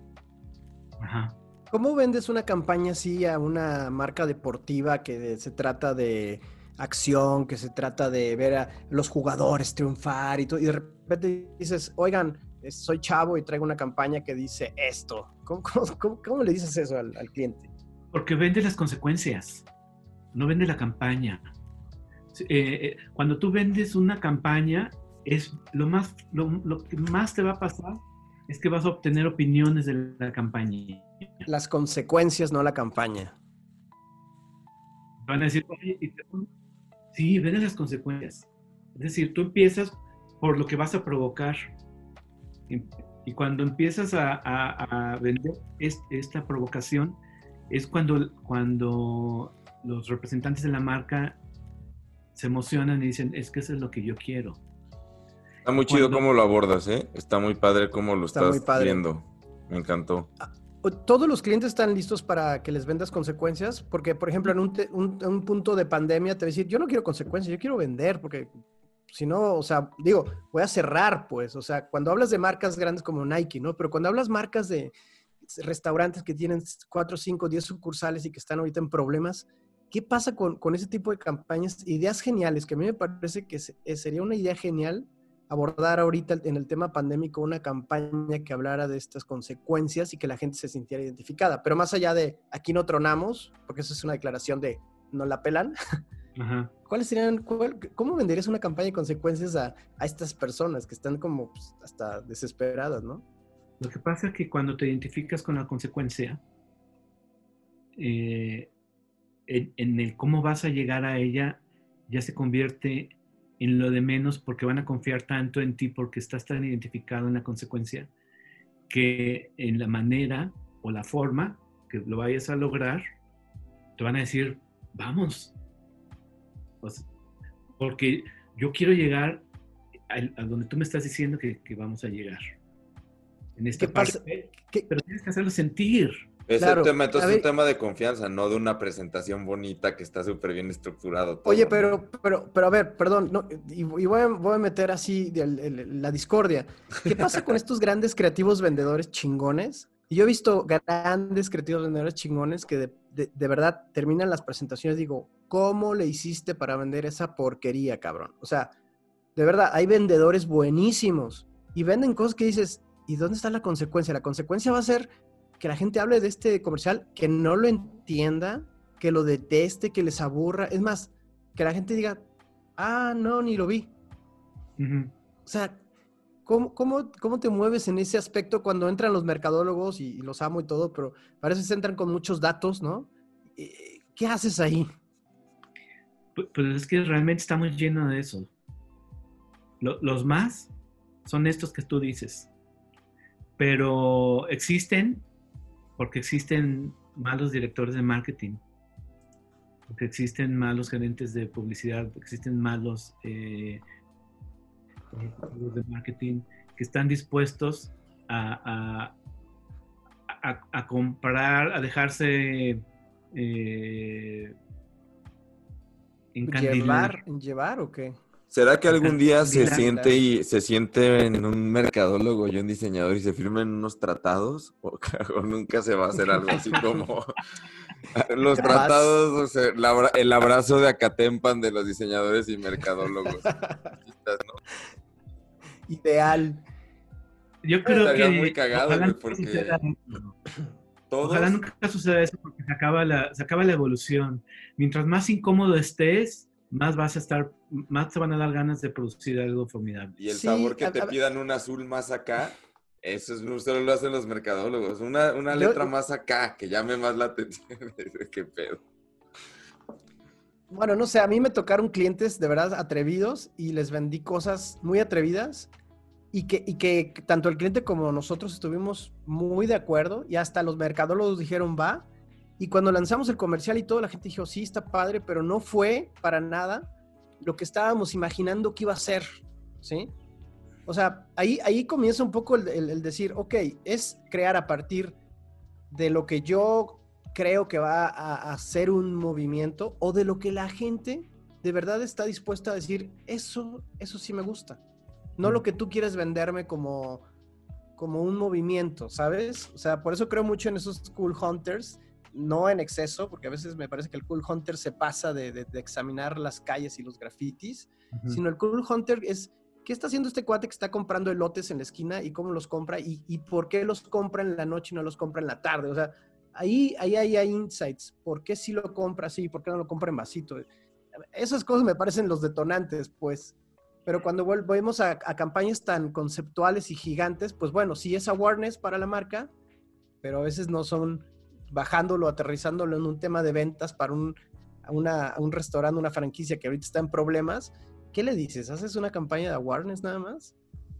Ajá. ¿Cómo vendes una campaña así a una marca deportiva que de, se trata de acción, que se trata de ver a los jugadores triunfar y todo, y de repente dices, oigan, soy chavo y traigo una campaña que dice esto? ¿Cómo, cómo, cómo, cómo le dices eso al, al cliente? Porque vende las consecuencias, no vende la campaña. Eh, eh, cuando tú vendes una campaña, es lo más, lo, lo que más te va a pasar es que vas a obtener opiniones de la campaña. Las consecuencias, no la campaña. Van a decir, oye, y te... sí, vende las consecuencias. Es decir, tú empiezas por lo que vas a provocar. Y cuando empiezas a, a, a vender es, esta provocación, es cuando, cuando los representantes de la marca se emocionan y dicen, es que eso es lo que yo quiero. Está muy chido cuando... cómo lo abordas, ¿eh? Está muy padre cómo lo Está estás viendo. Me encantó. ¿Todos los clientes están listos para que les vendas consecuencias? Porque, por ejemplo, en un, te, un, un punto de pandemia te va a decir, yo no quiero consecuencias, yo quiero vender, porque si no, o sea, digo, voy a cerrar, pues. O sea, cuando hablas de marcas grandes como Nike, ¿no? Pero cuando hablas marcas de restaurantes que tienen cuatro, cinco, diez sucursales y que están ahorita en problemas, ¿qué pasa con, con ese tipo de campañas? Ideas geniales, que a mí me parece que se, sería una idea genial abordar ahorita en el tema pandémico una campaña que hablara de estas consecuencias y que la gente se sintiera identificada. Pero más allá de aquí no tronamos, porque eso es una declaración de no la pelan. Ajá. ¿Cuáles serían, cuál, cómo venderías una campaña de consecuencias a, a estas personas que están como pues, hasta desesperadas, ¿no? Lo que pasa es que cuando te identificas con la consecuencia, eh, en, en el cómo vas a llegar a ella, ya se convierte en lo de menos, porque van a confiar tanto en ti porque estás tan identificado en la consecuencia que en la manera o la forma que lo vayas a lograr te van a decir vamos, o sea, porque yo quiero llegar a, a donde tú me estás diciendo que, que vamos a llegar en esta ¿Qué parte, pasa? ¿Qué? Pero tienes que hacerlo sentir. Es Claro, el tema, entonces ver, es un tema de confianza, no de una presentación bonita que está súper bien estructurado. Todo, oye, ¿no? pero, pero, pero a ver, perdón, no, y, y voy, a, voy a meter así el, el, la discordia. ¿Qué pasa con estos grandes creativos vendedores chingones? Y yo he visto grandes creativos vendedores chingones que de, de, de verdad terminan las presentaciones y digo, ¿cómo le hiciste para vender esa porquería, cabrón? O sea, de verdad, hay vendedores buenísimos y venden cosas que dices, ¿y dónde está la consecuencia? La consecuencia va a ser que la gente hable de este comercial, que no lo entienda, que lo deteste, que les aburra. Es más, que la gente diga, ah, no, ni lo vi. Uh-huh. O sea, ¿cómo, cómo, ¿cómo te mueves en ese aspecto cuando entran los mercadólogos y, y los amo y todo, pero parece que entran con muchos datos, ¿no? ¿Qué haces ahí? Pues, pues es que realmente estamos llenos de eso. Lo, los más son estos que tú dices. Pero existen porque existen malos directores de marketing, porque existen malos gerentes de publicidad, existen malos eh, de marketing que están dispuestos a, a, a, a comprar, a dejarse eh, ¿Llevar, ¿Llevar o qué? ¿Será que algún día se siente y se siente en un mercadólogo y un diseñador y se firmen unos tratados? ¿O, o nunca se va a hacer algo así como los tratados, o sea, el abrazo de Acatempan de los diseñadores y mercadólogos? ¿No? Ideal. Yo creo Estaría que muy cagado, ojalá, güey, porque todos... ojalá nunca suceda eso porque se acaba la, se acaba la evolución. Mientras más incómodo estés, más vas a estar, más te van a dar ganas de producir algo formidable. Y el sí, sabor que a, te a, pidan un azul más acá, eso es, solo lo hacen los mercadólogos. Una, una letra yo, más acá, que llame más la atención. ¿Qué pedo? Bueno, no sé, a mí me tocaron clientes de verdad atrevidos y les vendí cosas muy atrevidas y que, y que tanto el cliente como nosotros estuvimos muy de acuerdo y hasta los mercadólogos dijeron va. Y cuando lanzamos el comercial y todo, la gente dijo, sí, está padre, pero no fue para nada lo que estábamos imaginando que iba a ser, ¿sí? O sea, ahí, ahí comienza un poco el, el, el decir, ok, es crear a partir de lo que yo creo que va a hacer un movimiento o de lo que la gente de verdad está dispuesta a decir, eso, eso sí me gusta. No lo que tú quieres venderme como, como un movimiento, ¿sabes? O sea, por eso creo mucho en esos cool hunters, no en exceso, porque a veces me parece que el cool hunter se pasa de, de, de examinar las calles y los grafitis, uh-huh. sino el cool hunter es, ¿qué está haciendo este cuate que está comprando elotes en la esquina y cómo los compra y, y por qué los compra en la noche y no los compra en la tarde? O sea, ahí, ahí, ahí hay insights. ¿Por qué sí lo compra así? ¿Por qué no lo compra en vasito? Esas cosas me parecen los detonantes, pues. Pero cuando volvemos a, a campañas tan conceptuales y gigantes, pues bueno, sí es awareness para la marca, pero a veces no son bajándolo, aterrizándolo en un tema de ventas para un, una, un restaurante, una franquicia que ahorita está en problemas. ¿Qué le dices? ¿Haces una campaña de awareness nada más?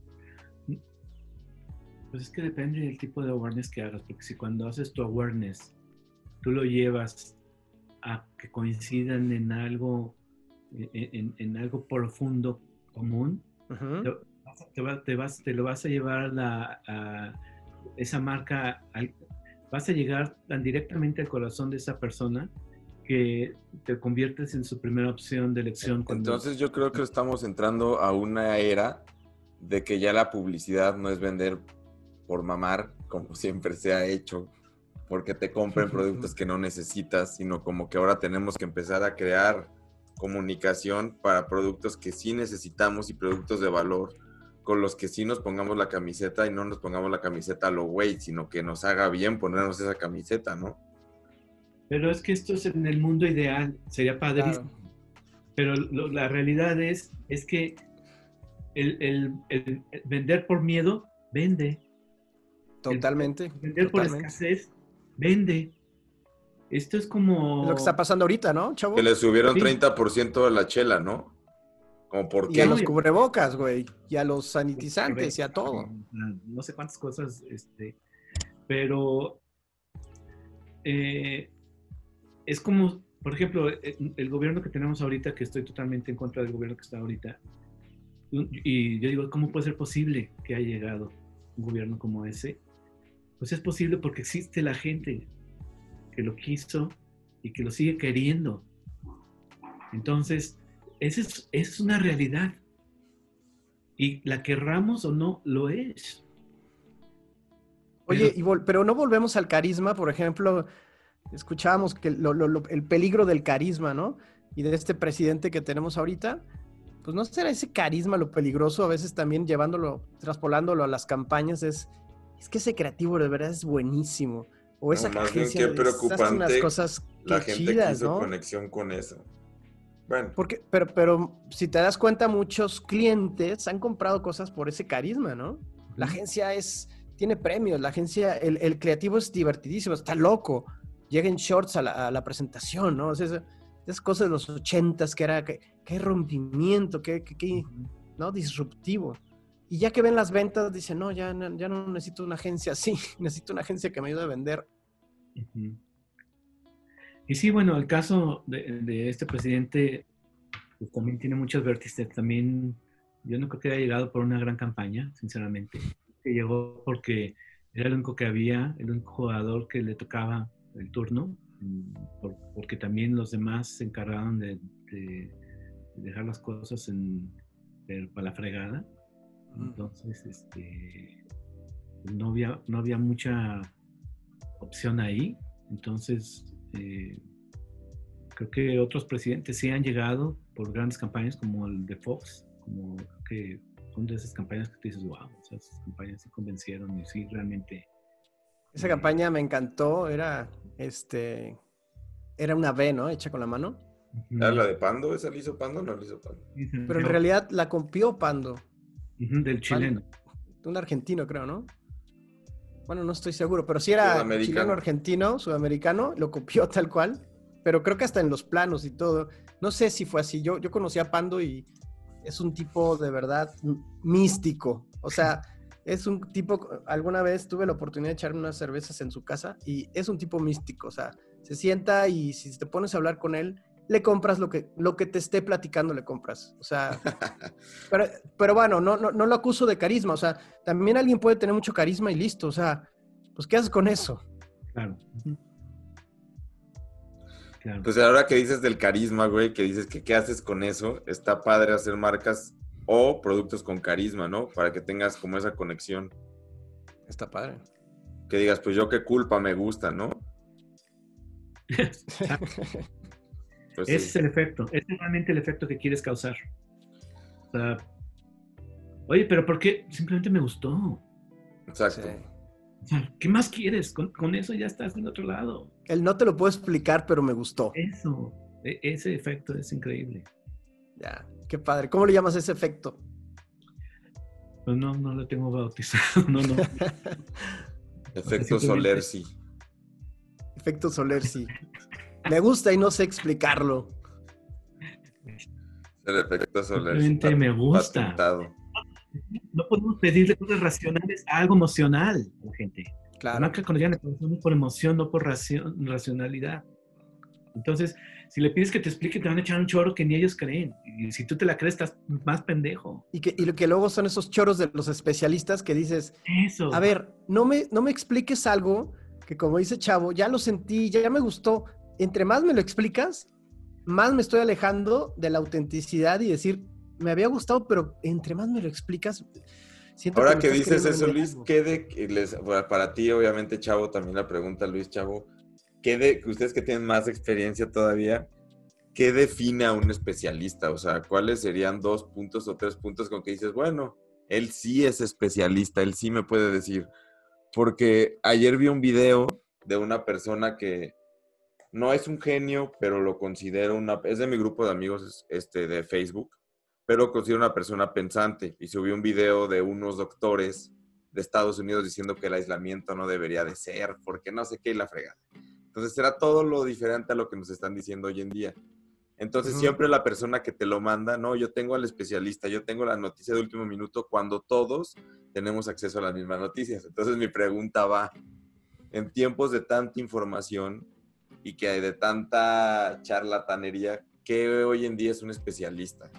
Pues es que depende del tipo de awareness que hagas, porque si cuando haces tu awareness, tú lo llevas a que coincidan en algo, en, en, en algo profundo, común, uh-huh. te, te, va, te, vas, te lo vas a llevar a, la, a esa marca, al, vas a llegar tan directamente al corazón de esa persona que te conviertes en su primera opción de elección. Entonces cuando... yo creo que estamos entrando a una era de que ya la publicidad no es vender por mamar, como siempre se ha hecho, porque te compren productos que no necesitas, sino como que ahora tenemos que empezar a crear comunicación para productos que sí necesitamos y productos de valor, con los que sí nos pongamos la camiseta y no nos pongamos la camiseta a lo güey, sino que nos haga bien ponernos esa camiseta, ¿no? Pero es que esto es en el mundo ideal, sería padrísimo. Claro. Pero lo, la realidad es, es que el, el, el, el vender por miedo, vende. Totalmente. El vender totalmente. por escasez, vende. Esto es como... Es lo que está pasando ahorita, ¿no, chavo? Que le subieron sí. treinta por ciento a la chela, ¿no? Como por qué. Y a los cubrebocas, güey. Y a los sanitizantes y a todo. No sé cuántas cosas, este... Pero... Eh, es como, por ejemplo, el, el gobierno que tenemos ahorita, que estoy totalmente en contra del gobierno que está ahorita. Y yo digo, ¿cómo puede ser posible que haya llegado un gobierno como ese? Pues es posible porque existe la gente que lo quiso y que lo sigue queriendo. Entonces, esa es, es una realidad. Y la querramos o no, lo es. Oye, pero, y vol- pero no volvemos al carisma, por ejemplo, escuchábamos que lo, lo, lo, el peligro del carisma, ¿no? Y de este presidente que tenemos ahorita, pues no será ese carisma lo peligroso, a veces también llevándolo, traspolándolo a las campañas, es, es que ese creativo de verdad es buenísimo. O esa no, más agencia, bien qué preocupante unas cosas la gente chidas, quiso ¿no? conexión con eso. Bueno. Porque, pero, pero si te das cuenta, muchos clientes han comprado cosas por ese carisma, ¿no? La uh-huh. agencia es, tiene premios, la agencia, el, el creativo es divertidísimo, está loco. Llega en shorts a la, a la presentación, ¿no? O sea, esas, esas cosas de los ochentas que era, qué que rompimiento, qué, que, que, uh-huh. ¿no? Disruptivo. Y ya que ven las ventas, dicen, no, ya, ya no necesito una agencia así, necesito una agencia que me ayude a vender. Uh-huh. Y sí, bueno, el caso de, de este presidente pues, también tiene muchos vértices. También, yo no creo que haya llegado por una gran campaña, sinceramente. Que llegó porque era el único que había, el único jugador que le tocaba el turno, por, porque también los demás se encargaron de, de, de dejar las cosas en, de, para la fregada. Entonces, este, no había, no había mucha opción ahí. Entonces, eh, creo que otros presidentes sí han llegado por grandes campañas como el de Fox, como que son de esas campañas que te dices, wow, esas campañas sí convencieron y sí realmente... Esa eh, campaña me encantó, era, este, era una V, ¿no? Hecha con la mano. ¿Era la de Pando? ¿Esa la hizo Pando o no la hizo Pando? Pero en realidad la copió Pando. Uh-huh, del chileno. De un argentino, creo, ¿no? Bueno, no estoy seguro, pero sí era chileno, argentino, sudamericano, lo copió tal cual, pero creo que hasta en los planos y todo. No sé si fue así. Yo, yo conocí a Pando y es un tipo de verdad místico. O sea, es un tipo, alguna vez tuve la oportunidad de echarme unas cervezas en su casa y es un tipo místico. O sea, se sienta y si te pones a hablar con él, le compras lo que, lo que te esté platicando, le compras. O sea, pero, pero bueno, no, no, no lo acuso de carisma. O sea, también alguien puede tener mucho carisma y listo. O sea, pues, ¿qué haces con eso? Claro. Uh-huh. Claro. Pues ahora que dices del carisma, güey, que dices que qué haces con eso, está padre hacer marcas o productos con carisma, ¿no? Para que tengas como esa conexión. Está padre. Que digas, pues yo qué culpa, me gusta, ¿no? Pues Ese sí. es el efecto, ese es realmente el efecto que quieres causar. O sea, oye, pero ¿por qué? Simplemente me gustó. Exacto. Sí. O sea, ¿qué más quieres? Con, con eso ya estás en otro lado. El no te lo puedo explicar, pero me gustó. Eso, e- ese efecto es increíble. Ya, qué padre. ¿Cómo le llamas ese efecto? Pues no, no lo tengo bautizado, no, no. Efecto simplemente- Soler, sí. Efecto Soler, sí. Me gusta y no sé explicarlo. El efecto Soler. Simplemente me gusta. Patentado. No podemos pedirle cosas racionales a algo emocional a la gente. Las Claro. marcas cuando llegan a corazón es por emoción, no por racio- racionalidad. Entonces, si le pides que te explique, te van a echar un choro que ni ellos creen. Y si tú te la crees, estás más pendejo. Y que, y lo que luego son esos choros de los especialistas que dices, Eso. a ver, no me, no me expliques algo que, como dice Chavo, ya lo sentí, ya me gustó. Entre más me lo explicas, más me estoy alejando de la autenticidad y decir, me había gustado, pero entre más me lo explicas, siento Ahora me que estás dices queriendo eso, vender Luis, algo. ¿qué de que les, bueno, para ti, obviamente, Chavo, también la pregunta, Luis, Chavo, ¿qué de, ustedes que tienen más experiencia todavía, qué define a un especialista? O sea, ¿cuáles serían dos puntos o tres puntos con que dices, bueno, él sí es especialista, él sí me puede decir? Porque ayer vi un video de una persona que no es un genio, pero lo considero una, es de mi grupo de amigos este, de Facebook, pero considero una persona pensante, y subí un video de unos doctores de Estados Unidos diciendo que el aislamiento no debería de ser, porque no sé qué y la fregada. Entonces era todo lo diferente a lo que nos están diciendo hoy en día. Entonces Ujú. siempre la persona que te lo manda, no, yo tengo al especialista, yo tengo la noticia de último minuto, cuando todos tenemos acceso a las mismas noticias. Entonces mi pregunta va, en tiempos de tanta información y que hay de tanta charlatanería, ¿qué hoy en día es un especialista?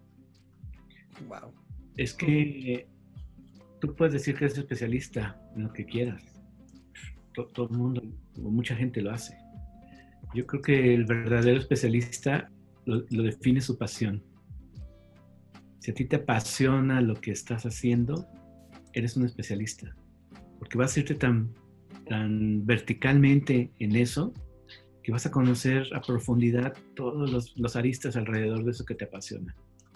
Wow. Es que tú puedes decir que eres especialista en lo que quieras. Todo, todo el mundo, o mucha gente lo hace. Yo creo que el verdadero especialista lo, lo define su pasión. Si a ti te apasiona lo que estás haciendo, eres un especialista. Porque vas a irte tan, tan verticalmente en eso que vas a conocer a profundidad todos los, los aristas alrededor de eso que te apasiona.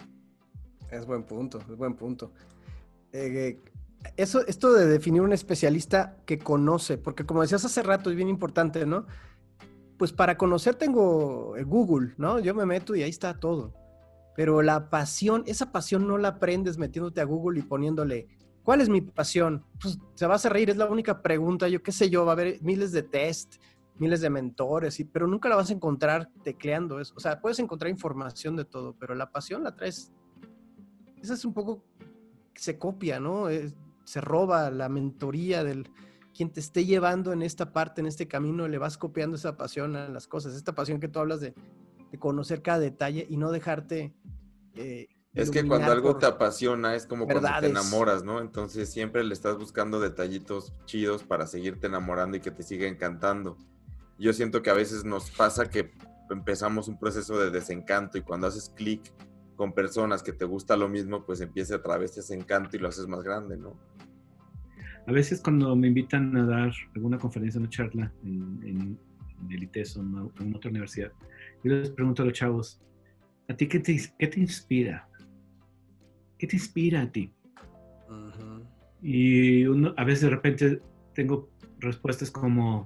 Es buen punto, es buen punto. Eh, eso, esto de definir un especialista que conoce, porque como decías hace rato, es bien importante, ¿no? Pues para conocer tengo el Google, ¿no? Yo me meto y ahí está todo. Pero la pasión, esa pasión no la aprendes metiéndote a Google y poniéndole, ¿cuál es mi pasión? Pues se vas a reír, es la única pregunta, yo qué sé yo, va a haber miles de test, miles de mentores, y, pero nunca la vas a encontrar tecleando eso. O sea, puedes encontrar información de todo, pero la pasión la traes. Esa es un poco, se copia, ¿no? Es, se roba la mentoría del quien te esté llevando en esta parte, en este camino, le vas copiando esa pasión a las cosas, esta pasión que tú hablas de, de conocer cada detalle y no dejarte eh, Es que cuando algo por te apasiona es como cuando te verdades. enamoras, ¿no? Entonces siempre le estás buscando detallitos chidos para seguirte enamorando y que te siga encantando. Yo siento que a veces nos pasa que empezamos un proceso de desencanto y cuando haces clic con personas que te gusta lo mismo, pues empieza a través de ese encanto y lo haces más grande, ¿no? A veces cuando me invitan a dar alguna conferencia, una charla en, en, en el ITESO, en, una, en otra universidad, yo les pregunto a los chavos, ¿a ti qué te, qué te inspira? ¿Qué te inspira a ti? Uh-huh. Y uno, a veces de repente tengo respuestas como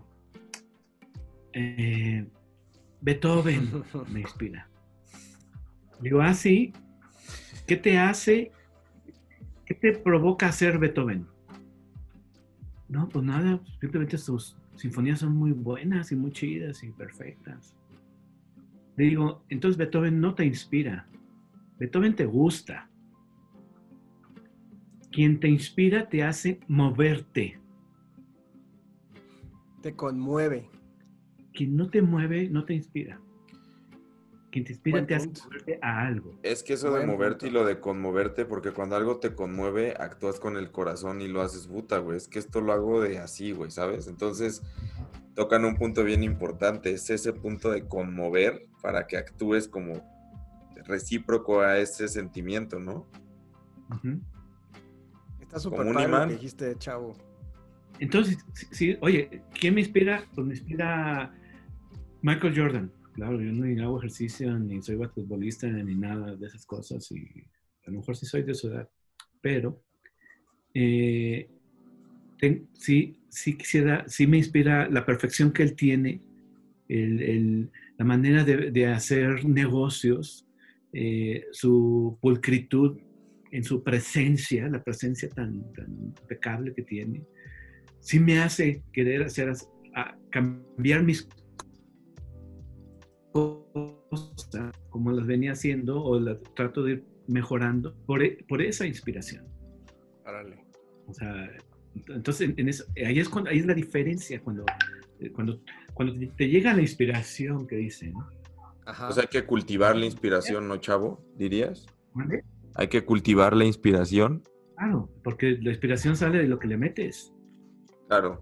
eh, Beethoven me inspira. Digo, ah, sí, ¿qué te hace, qué te provoca hacer Beethoven? No, pues nada, simplemente sus sinfonías son muy buenas y muy chidas y perfectas. Le digo, entonces Beethoven no te inspira, Beethoven te gusta. Quien te inspira te hace moverte. Te conmueve. Quien no te mueve no te inspira. Quien te inspira Buen te hace punto. moverte a algo. Es que eso de Buen moverte punto. y lo de conmoverte, porque cuando algo te conmueve, actúas con el corazón y lo haces puta, güey. Es que esto lo hago de así, güey, ¿sabes? Entonces, tocan un punto bien importante, es ese punto de conmover para que actúes como recíproco a ese sentimiento, ¿no? Uh-huh. Está súper Como un padre lo imán. que dijiste, chavo. Entonces, sí, sí, oye, ¿quién me inspira? Pues me inspira Michael Jordan. Claro, yo no hago ejercicio, ni soy basquetbolista, ni nada de esas cosas, y a lo mejor sí soy de su edad, pero eh, ten, sí, sí quisiera, sí me inspira la perfección que él tiene, el, el, la manera de, de hacer negocios, eh, su pulcritud en su presencia, la presencia tan, tan impecable que tiene, sí me hace querer hacer, a cambiar mis cosas como las venía haciendo o las trato de ir mejorando por, por esa inspiración. Árale. O sea, entonces en eso, ahí, es cuando, ahí es la diferencia cuando, cuando, cuando te llega la inspiración que dicen, ¿no? Ajá. O sea, hay que cultivar la inspiración, ¿no, chavo? ¿Dirías? ¿Vale? Hay que cultivar la inspiración. Claro, porque la inspiración sale de lo que le metes. Claro.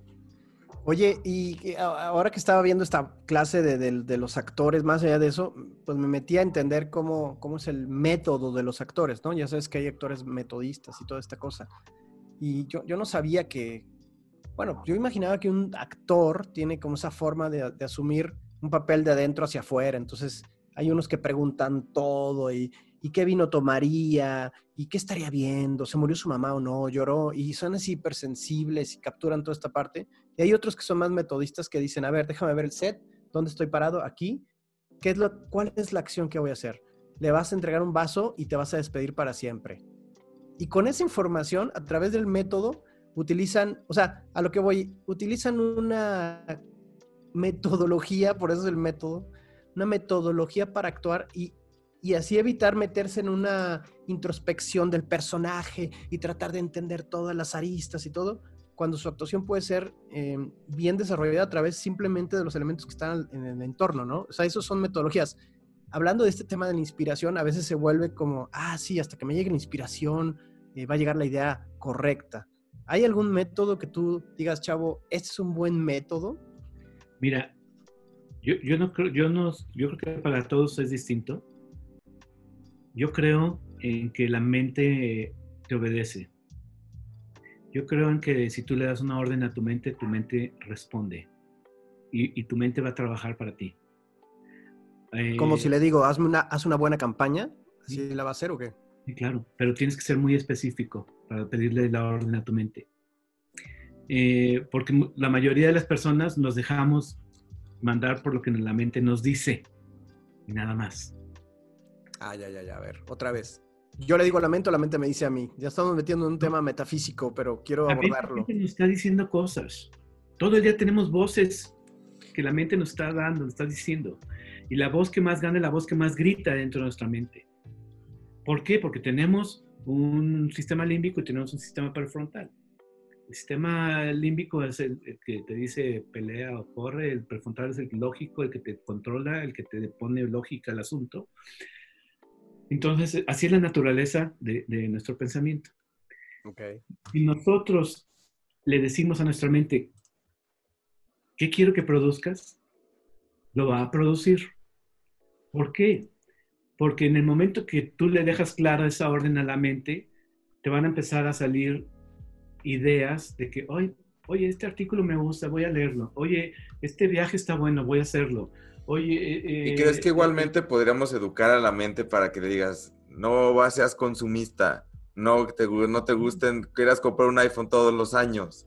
Oye, y ahora que estaba viendo esta clase de, de, de los actores, más allá de eso, pues me metí a entender cómo, cómo es el método de los actores, ¿no? Ya sabes que hay actores metodistas y toda esta cosa. Y yo, yo no sabía que, bueno, yo imaginaba que un actor tiene como esa forma de, de asumir un papel de adentro hacia afuera. Entonces hay unos que preguntan todo y, y qué vino tomaría y qué estaría viendo, se murió su mamá o no, lloró, y son así hipersensibles y capturan toda esta parte. Y hay otros que son más metodistas que dicen, a ver, déjame ver el set, ¿dónde estoy parado? Aquí. ¿Qué es lo, ¿Cuál es la acción que voy a hacer? Le vas a entregar un vaso y te vas a despedir para siempre. Y con esa información, a través del método, utilizan, o sea, a lo que voy, utilizan una metodología, por eso es el método, una metodología para actuar y, y así evitar meterse en una introspección del personaje y tratar de entender todas las aristas y todo, cuando su actuación puede ser eh, bien desarrollada a través simplemente de los elementos que están en el entorno, ¿no? O sea, esos son metodologías. Hablando de este tema de la inspiración, a veces se vuelve como, ah, sí, hasta que me llegue la inspiración, eh, va a llegar la idea correcta. ¿Hay algún método que tú digas, chavo, este es un buen método? Mira, yo, yo no creo, yo no, yo creo que para todos es distinto. Yo creo en que la mente te obedece. Yo creo en que si tú le das una orden a tu mente, tu mente responde. Y, y tu mente va a trabajar para ti. Eh, Como si le digo, hazme una, haz una buena campaña, ¿así sí. la va a hacer o qué? Sí, claro, pero tienes que ser muy específico para pedirle la orden a tu mente. Eh, porque la mayoría de las personas nos dejamos mandar por lo que la mente nos dice y nada más. Ah, ya, ya, ya, a ver, otra vez. Yo le digo a la mente o la mente me dice a mí. Ya estamos metiendo en un tema metafísico, pero quiero La abordarlo. mente nos está diciendo cosas. Todo el día tenemos voces que la mente nos está dando, nos está diciendo. Y la voz que más gana es la voz que más grita dentro de nuestra mente. ¿Por qué? Porque tenemos un sistema límbico y tenemos un sistema prefrontal. El sistema límbico es el, el que te dice pelea o corre, el prefrontal es el lógico, el que te controla, el que te pone lógica al asunto. Entonces, así es la naturaleza de, de nuestro pensamiento. Okay. Si nosotros le decimos a nuestra mente, ¿qué quiero que produzcas? Lo va a producir. ¿Por qué? Porque en el momento que tú le dejas clara esa orden a la mente, te van a empezar a salir ideas de que, oye, oye, este artículo me gusta, voy a leerlo. Oye, este viaje está bueno, voy a hacerlo. Oye, eh, ¿Y crees que igualmente eh, podríamos educar a la mente para que le digas, no seas consumista, no te, no te gusten, quieras comprar un iPhone todos los años?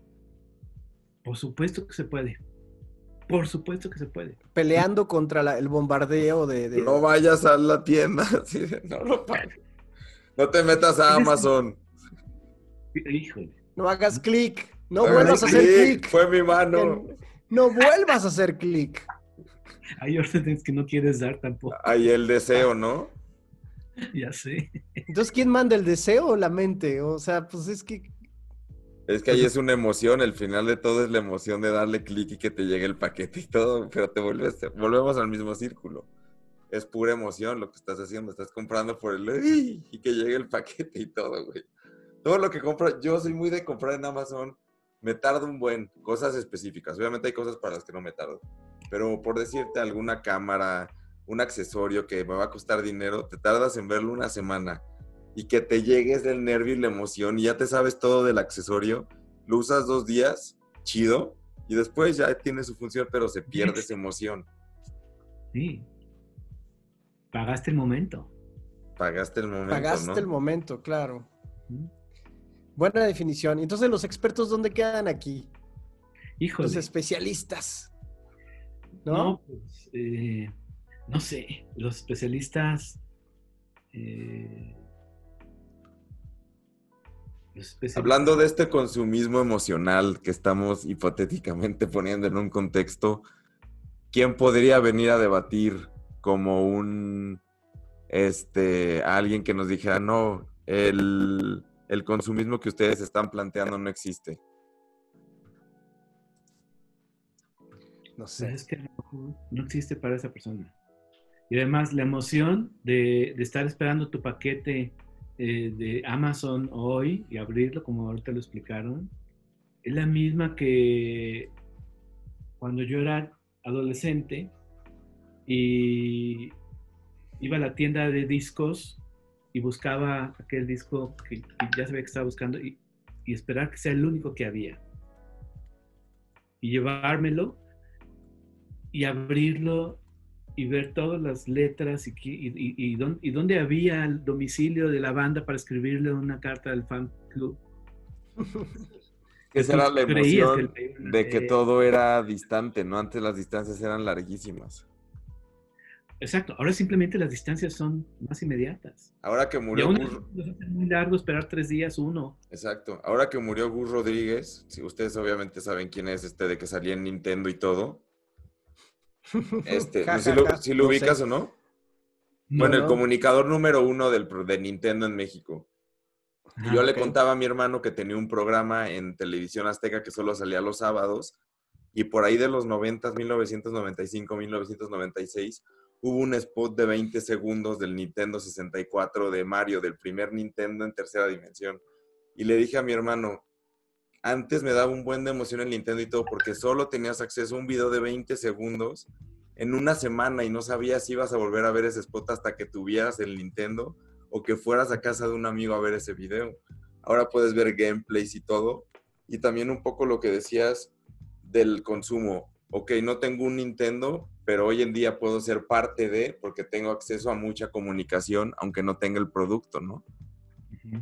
Por supuesto que se puede. Por supuesto que se puede. Peleando contra la, el bombardeo de, de... No vayas a la tienda, ¿sí? No lo pagues. No te metas a Amazon. Híjole. No hagas clic. No Hagas vuelvas click. a hacer clic. Fue mi mano. No vuelvas a hacer clic. Hay órdenes que no quieres dar tampoco. Hay el deseo, ¿no? Ya sé. Entonces, ¿quién manda el deseo o la mente? O sea, pues es que... Es que ahí es una emoción, el final de todo es la emoción de darle clic y que te llegue el paquete y todo, pero te vuelves, te, volvemos al mismo círculo. Es pura emoción lo que estás haciendo, estás comprando por el... y que llegue el paquete y todo, güey. Todo lo que compro, yo soy muy de comprar en Amazon me tardo un buen, cosas específicas. Obviamente hay cosas para las que no me tardo. Pero por decirte alguna cámara, un accesorio que me va a costar dinero, te tardas en verlo una semana y que te llegues del nervio y la emoción y ya te sabes todo del accesorio, lo usas dos días, chido, y después ya tiene su función, pero se pierde esa emoción. Sí. Pagaste el momento. Pagaste el momento, Pagaste ¿no? el momento, claro. ¿Mm? Buena definición. Entonces, ¿los expertos dónde quedan aquí? Híjole. Los especialistas. ¿No? No, pues, eh, no sé. Los especialistas... Eh, los especialistas... Hablando de este consumismo emocional que estamos hipotéticamente poniendo en un contexto, ¿quién podría venir a debatir como un, este, alguien que nos dijera, no, el, el consumismo que ustedes están planteando no existe? No Pues sé. es que a lo mejor no existe para esa persona. Y además la emoción de, de estar esperando tu paquete eh, de Amazon hoy y abrirlo, como ahorita lo explicaron, es la misma que cuando yo era adolescente y iba a la tienda de discos y buscaba aquel disco que, que ya sabía que estaba buscando y, y esperar que sea el único que había. Y llevármelo y abrirlo y ver todas las letras y, y, y, y, dónde, y dónde había el domicilio de la banda para escribirle una carta al fan club. Esa era la emoción que, de que eh, todo era distante, ¿no? Antes las distancias eran larguísimas. Exacto, ahora simplemente las distancias son más inmediatas. Ahora que Y murió aún Gus... es muy largo esperar tres días uno. Exacto. Ahora que murió Gus Rodríguez, si ustedes obviamente saben quién es este de que salía en Nintendo y todo. Este, Ja, no sé si ja, lo, ja. si lo No ubicas sé. o no. No. Bueno, el no. comunicador número uno del, pro- de Nintendo en México. Y Ajá. yo le ok. contaba a mi hermano que tenía un programa en Televisión Azteca que solo salía los sábados. Y por ahí de los noventa, mil novecientos noventa y cinco, mil novecientos noventa y seis, hubo un spot de veinte segundos del Nintendo sesenta y cuatro de Mario, del primer Nintendo en tercera dimensión. Y le dije a mi hermano, antes me daba un buen de emoción el Nintendo y todo, porque solo tenías acceso a un video de veinte segundos en una semana y no sabías si ibas a volver a ver ese spot hasta que tuvieras el Nintendo o que fueras a casa de un amigo a ver ese video. Ahora puedes ver gameplays y todo. Y también un poco lo que decías del consumo. Ok, no tengo un Nintendo, pero hoy en día puedo ser parte de, porque tengo acceso a mucha comunicación, aunque no tenga el producto, ¿no? Uh-huh.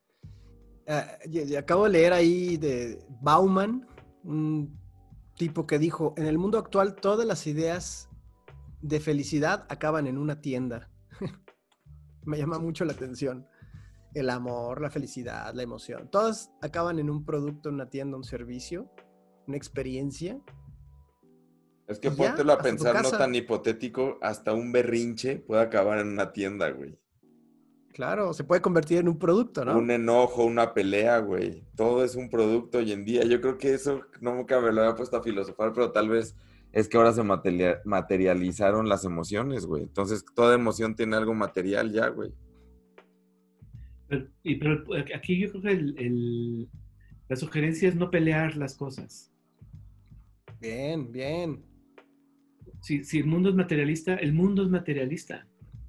Uh, y, y acabo de leer ahí de Bauman, un tipo que dijo, en el mundo actual todas las ideas de felicidad acaban en una tienda. Me llama mucho la atención. El amor, la felicidad, la emoción. Todas acaban en un producto, en una tienda, un servicio, una experiencia. Es que Y ya, póntelo a hasta tu pensar, no casa. tan hipotético, hasta un berrinche puede acabar en una tienda, güey. Claro, se puede convertir en un producto, ¿no? Un enojo, una pelea, güey. Todo es un producto hoy en día. Yo creo que eso nunca me lo había puesto a filosofar, pero tal vez es que ahora se materia- materializaron las emociones, güey. Entonces, toda emoción tiene algo material ya, güey. Pero, y, pero aquí yo creo que el, el, la sugerencia es no pelear las cosas. Bien, bien. Si, si el mundo es materialista, el mundo es materialista.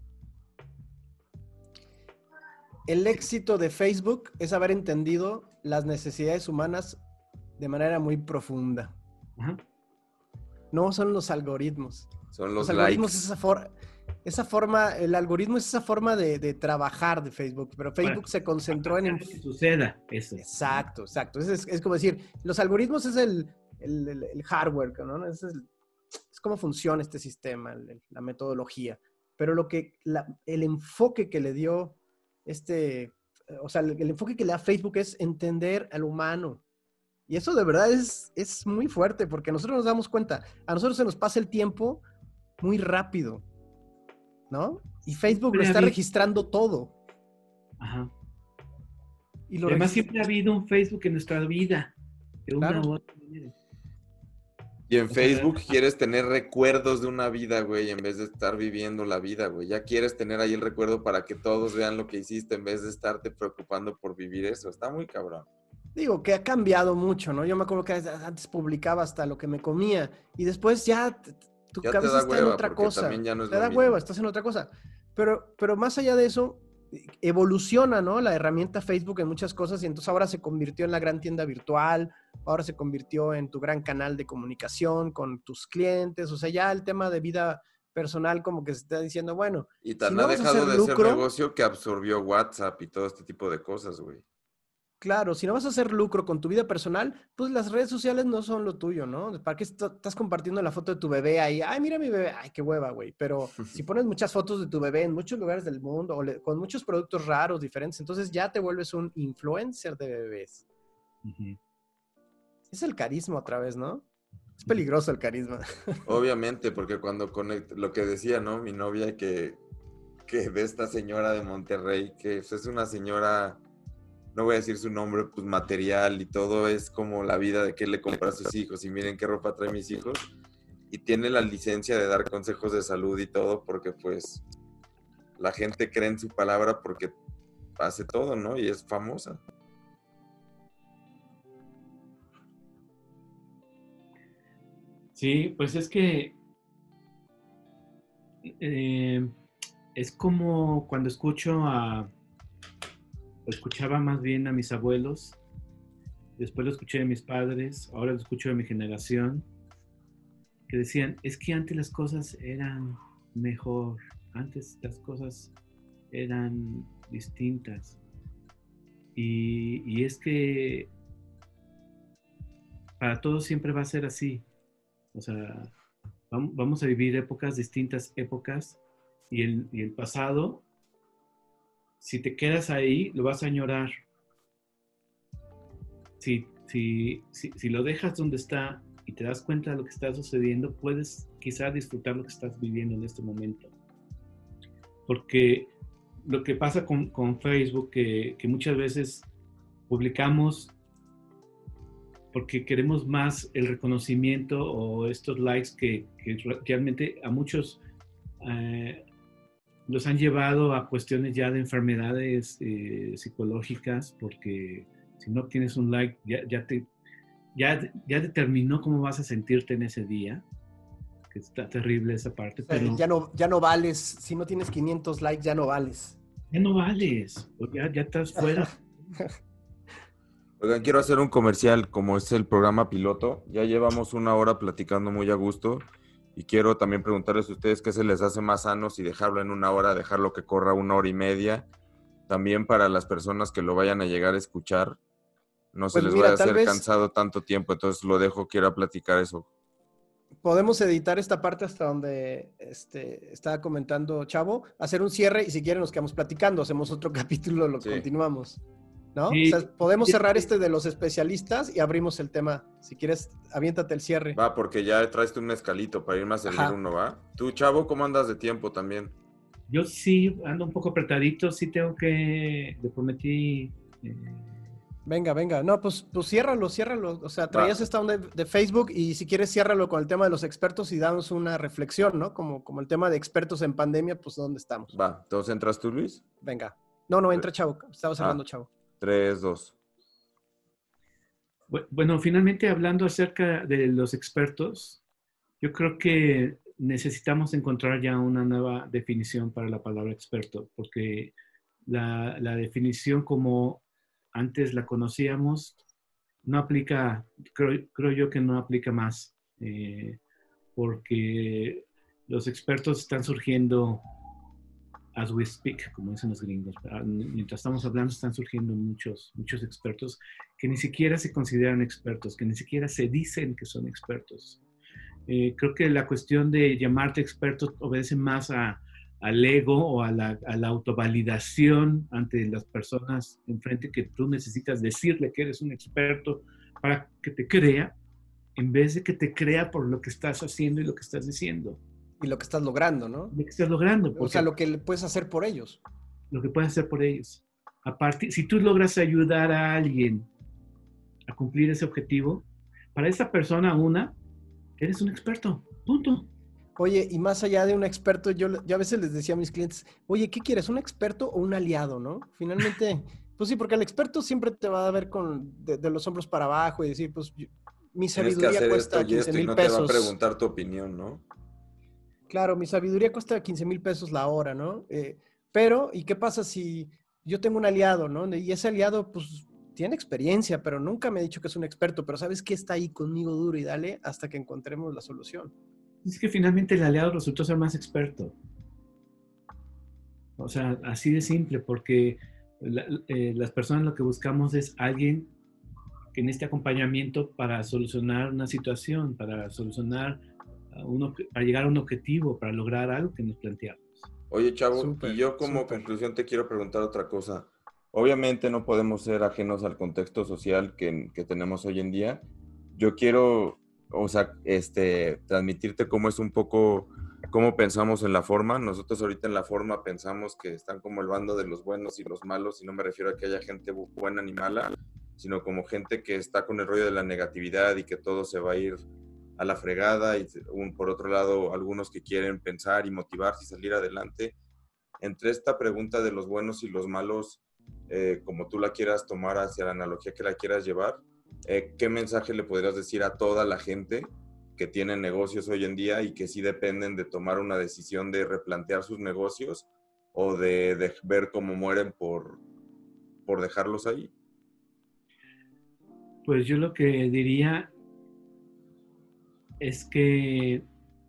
El éxito de Facebook es haber entendido las necesidades humanas de manera muy profunda. Ajá. No son los algoritmos. Son los, Los algoritmos likes. es esa, for esa forma, el algoritmo es esa forma de, de trabajar de Facebook, pero Facebook Ahora, se concentró en... que suceda eso. Exacto, exacto. Es, es, es como decir, los algoritmos es el, el, el, el hardware, ¿no? Es, el, es cómo funciona este sistema, el, la metodología. Pero lo que, la, el enfoque que le dio este, o sea, el, el enfoque que le da Facebook es entender al humano. Y eso de verdad es, es muy fuerte, porque nosotros nos damos cuenta, a nosotros se nos pasa el tiempo muy rápido, ¿no? Y Facebook lo está registrando todo. Ajá. Y, lo y además registra... siempre ha habido un Facebook en nuestra vida, de una claro. u otra manera. Y en o Facebook sea, quieres tener recuerdos de una vida, güey, en vez de estar viviendo la vida, güey. Ya quieres tener ahí el recuerdo para que todos vean lo que hiciste en vez de estarte preocupando por vivir eso. Está muy cabrón. Digo, que ha cambiado mucho, ¿no? Yo me acuerdo que antes publicaba hasta lo que me comía y después ya t- tu Ya te cabeza da está en hueva, otra porque cosa. también ya no es Te lo da mismo. hueva, estás en otra cosa. Pero, pero más allá de eso, evoluciona, ¿no? La herramienta Facebook en muchas cosas y entonces ahora se convirtió en la gran tienda virtual, ahora se convirtió en tu gran canal de comunicación con tus clientes, o sea, ya el tema de vida personal como que se está diciendo, bueno, Y tan si no ha vas a dejado hacer de ser lucro, negocio que absorbió WhatsApp y todo este tipo de cosas, güey. claro, si no vas a hacer lucro con tu vida personal, pues las redes sociales no son lo tuyo, ¿no? ¿Para qué est- estás compartiendo la foto de tu bebé ahí? Ay, mira mi bebé. Ay, qué hueva, güey. Pero si pones muchas fotos de tu bebé en muchos lugares del mundo o le- con muchos productos raros, diferentes, entonces ya te vuelves un influencer de bebés. Ujú. Es el carisma otra vez, ¿no? Es peligroso el carisma. Obviamente, porque cuando conect... lo que decía, ¿no? Mi novia que, que de esta señora de Monterrey, que pues, es una señora, no voy a decir su nombre, pues material y todo, es como la vida de qué le compra a sus hijos y miren qué ropa trae mis hijos. Y tiene la licencia de dar consejos de salud y todo porque pues la gente cree en su palabra porque hace todo, ¿no? Y es famosa. Sí, pues es que eh, es como cuando escucho a, escuchaba más bien a mis abuelos, después lo escuché de mis padres, ahora lo escucho de mi generación, que decían, es que antes las cosas eran mejor, antes las cosas eran distintas. Y, y es que para todos siempre va a ser así. O sea, vam- vamos a vivir épocas, distintas épocas, y el, y el pasado, si te quedas ahí, lo vas a añorar. Si, si, si, si lo dejas donde está y te das cuenta de lo que está sucediendo, puedes quizá disfrutar lo que estás viviendo en este momento. Porque lo que pasa con, con Facebook, que, que muchas veces publicamos porque queremos más el reconocimiento o estos likes que, que realmente a muchos eh, los han llevado a cuestiones ya de enfermedades eh, psicológicas, porque si no obtienes un like ya, ya, te, ya, ya determinó cómo vas a sentirte en ese día, que está terrible esa parte, pero Ya no, ya no vales, si no tienes quinientos likes, ya no vales. ya no vales, o ya, ya estás fuera. Oigan, quiero hacer un comercial, como es el programa piloto. Ya llevamos una hora platicando muy a gusto y quiero también preguntarles a ustedes qué se les hace más sano, si dejarlo en una hora, dejarlo que corra una hora y media. También para las personas que lo vayan a llegar a escuchar, no se Pues les mira, vaya a tal hacer vez- cansado tanto tiempo, entonces lo dejo, quiero platicar eso. Podemos editar esta parte hasta donde este, estaba comentando Chavo, hacer un cierre y si quieren nos quedamos platicando, hacemos otro capítulo, lo Sí. continuamos. ¿No? Sí. O sea, podemos cerrar este de los especialistas y abrimos el tema. Si quieres, aviéntate el cierre. Va, porque ya traes tú un escalito para irme a servir Ajá. uno, ¿va? Tú, Chavo, ¿cómo andas de tiempo también? Yo sí ando un poco apretadito, sí tengo que, le prometí... eh, Venga, venga. No, pues, pues ciérralo, ciérralo. O sea, traías Va. esta onda de, de Facebook y si quieres ciérralo con el tema de los expertos y damos una reflexión, ¿no? Como, como el tema de expertos en pandemia, pues ¿dónde estamos? Va, entonces entras tú, Luis. Venga. No, no, entra Chavo. Estaba cerrando Ah. Chavo. Tres, dos. Bu- Bueno, finalmente hablando acerca de los expertos, yo creo que necesitamos encontrar ya una nueva definición para la palabra experto, porque la, la definición como antes la conocíamos no aplica, creo, creo yo que no aplica más, eh, porque los expertos están surgiendo as we speak, como dicen los gringos. Mientras estamos hablando están surgiendo muchos, muchos expertos que ni siquiera se consideran expertos, que ni siquiera se dicen que son expertos. Eh, creo que la cuestión de llamarte experto obedece más a, al ego o a la, a la autovalidación ante las personas enfrente, que tú necesitas decirle que eres un experto para que te crea, en vez de que te crea por lo que estás haciendo y lo que estás diciendo. Y lo que estás logrando, ¿no? Lo que estás logrando. O Porque sea, lo que le puedes hacer por ellos. lo que puedes hacer por ellos. Aparte, si tú logras ayudar a alguien a cumplir ese objetivo, para esa persona, una, eres un experto. Punto. Oye, y más allá de un experto, yo, yo a veces les decía a mis clientes, oye, ¿qué quieres? ¿Un experto o un aliado, no? Finalmente, Pues sí, porque el experto siempre te va a ver con de, de los hombros para abajo y decir, pues yo, mi Tienes que sabiduría hacer cuesta esto y quince esto y mil no te va a pesos. preguntar tu opinión, ¿no? Claro, mi sabiduría cuesta quince mil pesos la hora, ¿no? Eh, pero, ¿y qué pasa si yo tengo un aliado, ¿no? Y ese aliado, pues, tiene experiencia, pero nunca me ha dicho que es un experto, pero ¿sabes qué? Está ahí conmigo duro y dale hasta que encontremos la solución. Es que finalmente el aliado resultó ser más experto. O sea, así de simple, porque la, eh, las personas lo que buscamos es alguien que en este acompañamiento para solucionar una situación, para solucionar, uh, un, para llegar a un objetivo, para lograr algo que nos planteamos. Oye, Chavo, Súper, y yo como súper. conclusión te quiero preguntar otra cosa. Obviamente no podemos ser ajenos al contexto social que, que tenemos hoy en día. Yo quiero, o sea, este, transmitirte cómo es un poco, cómo pensamos en la forma. Nosotros ahorita en la forma pensamos que están como el bando de los buenos y los malos, y no me refiero a que haya gente buena ni mala, sino como gente que está con el rollo de la negatividad y que todo se va a ir a la fregada, y un, por otro lado algunos que quieren pensar y motivarse y salir adelante. Entre esta pregunta de los buenos y los malos, eh, como tú la quieras tomar, hacia la analogía que la quieras llevar, eh, ¿qué mensaje le podrías decir a toda la gente que tiene negocios hoy en día y que sí dependen de tomar una decisión de replantear sus negocios o de, de ver cómo mueren por, por dejarlos ahí? Pues yo lo que diría es que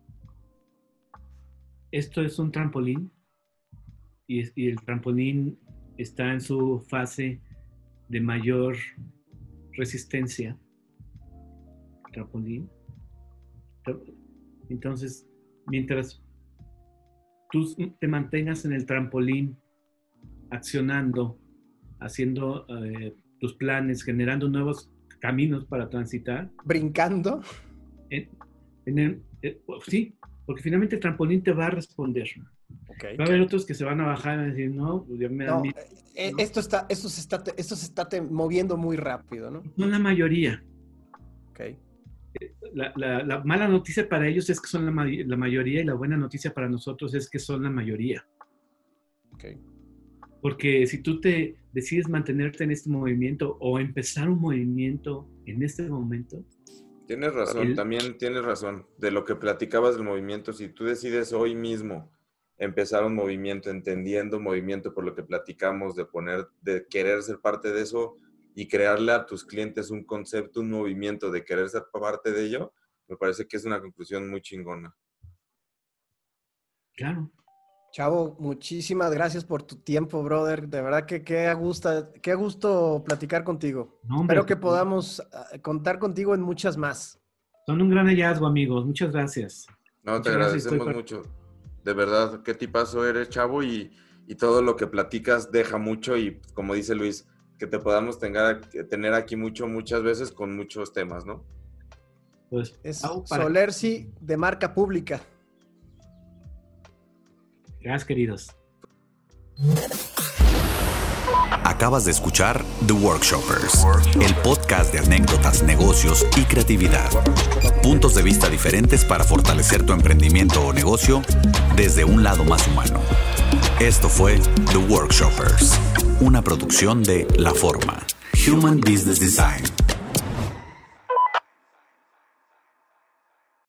esto es un trampolín y, es, y el trampolín está en su fase de mayor resistencia. Trampolín. Entonces, mientras tú te mantengas en el trampolín, accionando, haciendo eh, tus planes, generando nuevos caminos para transitar. Brincando. En, en el, eh, sí, porque finalmente el trampolín te va a responder. Okay. Va a haber otros que se van a bajar y a decir, no, ya me dan No, miedo, eh, ¿no? Esto, está, esto, se está, esto se está te moviendo muy rápido, ¿no? Son la mayoría. Okay. La, la, la mala noticia para ellos es que son la, ma la mayoría y la buena noticia para nosotros es que son la mayoría. Okay. Porque si tú te decides mantenerte en este movimiento o empezar un movimiento en este momento. Tienes razón, el... también tienes razón. De lo que platicabas del movimiento, si tú decides hoy mismo empezar un movimiento, entendiendo movimiento por lo que platicamos, de poner, de querer ser parte de eso y crearle a tus clientes un concepto, un movimiento de querer ser parte de ello, me parece que es una conclusión muy chingona. Claro. Chavo, muchísimas gracias por tu tiempo, brother. De verdad que qué a gusto, qué a gusto platicar contigo. No, hombre, Espero que podamos contar contigo en muchas más. Son un gran hallazgo, amigos. Muchas gracias. No, Muchas te agradecemos gracias, mucho. De verdad, qué tipazo eres, Chavo, y, y todo lo que platicas deja mucho y, como dice Luis, que te podamos tener, tener aquí mucho, muchas veces con muchos temas, ¿no? Pues, es para... Solersi de marca pública. Gracias, queridos. Acabas de escuchar The Workshoppers, el podcast de anécdotas, negocios y creatividad. Puntos de vista diferentes para fortalecer tu emprendimiento o negocio desde un lado más humano. Esto fue The Workshoppers, una producción de La Forma, Human Business Design.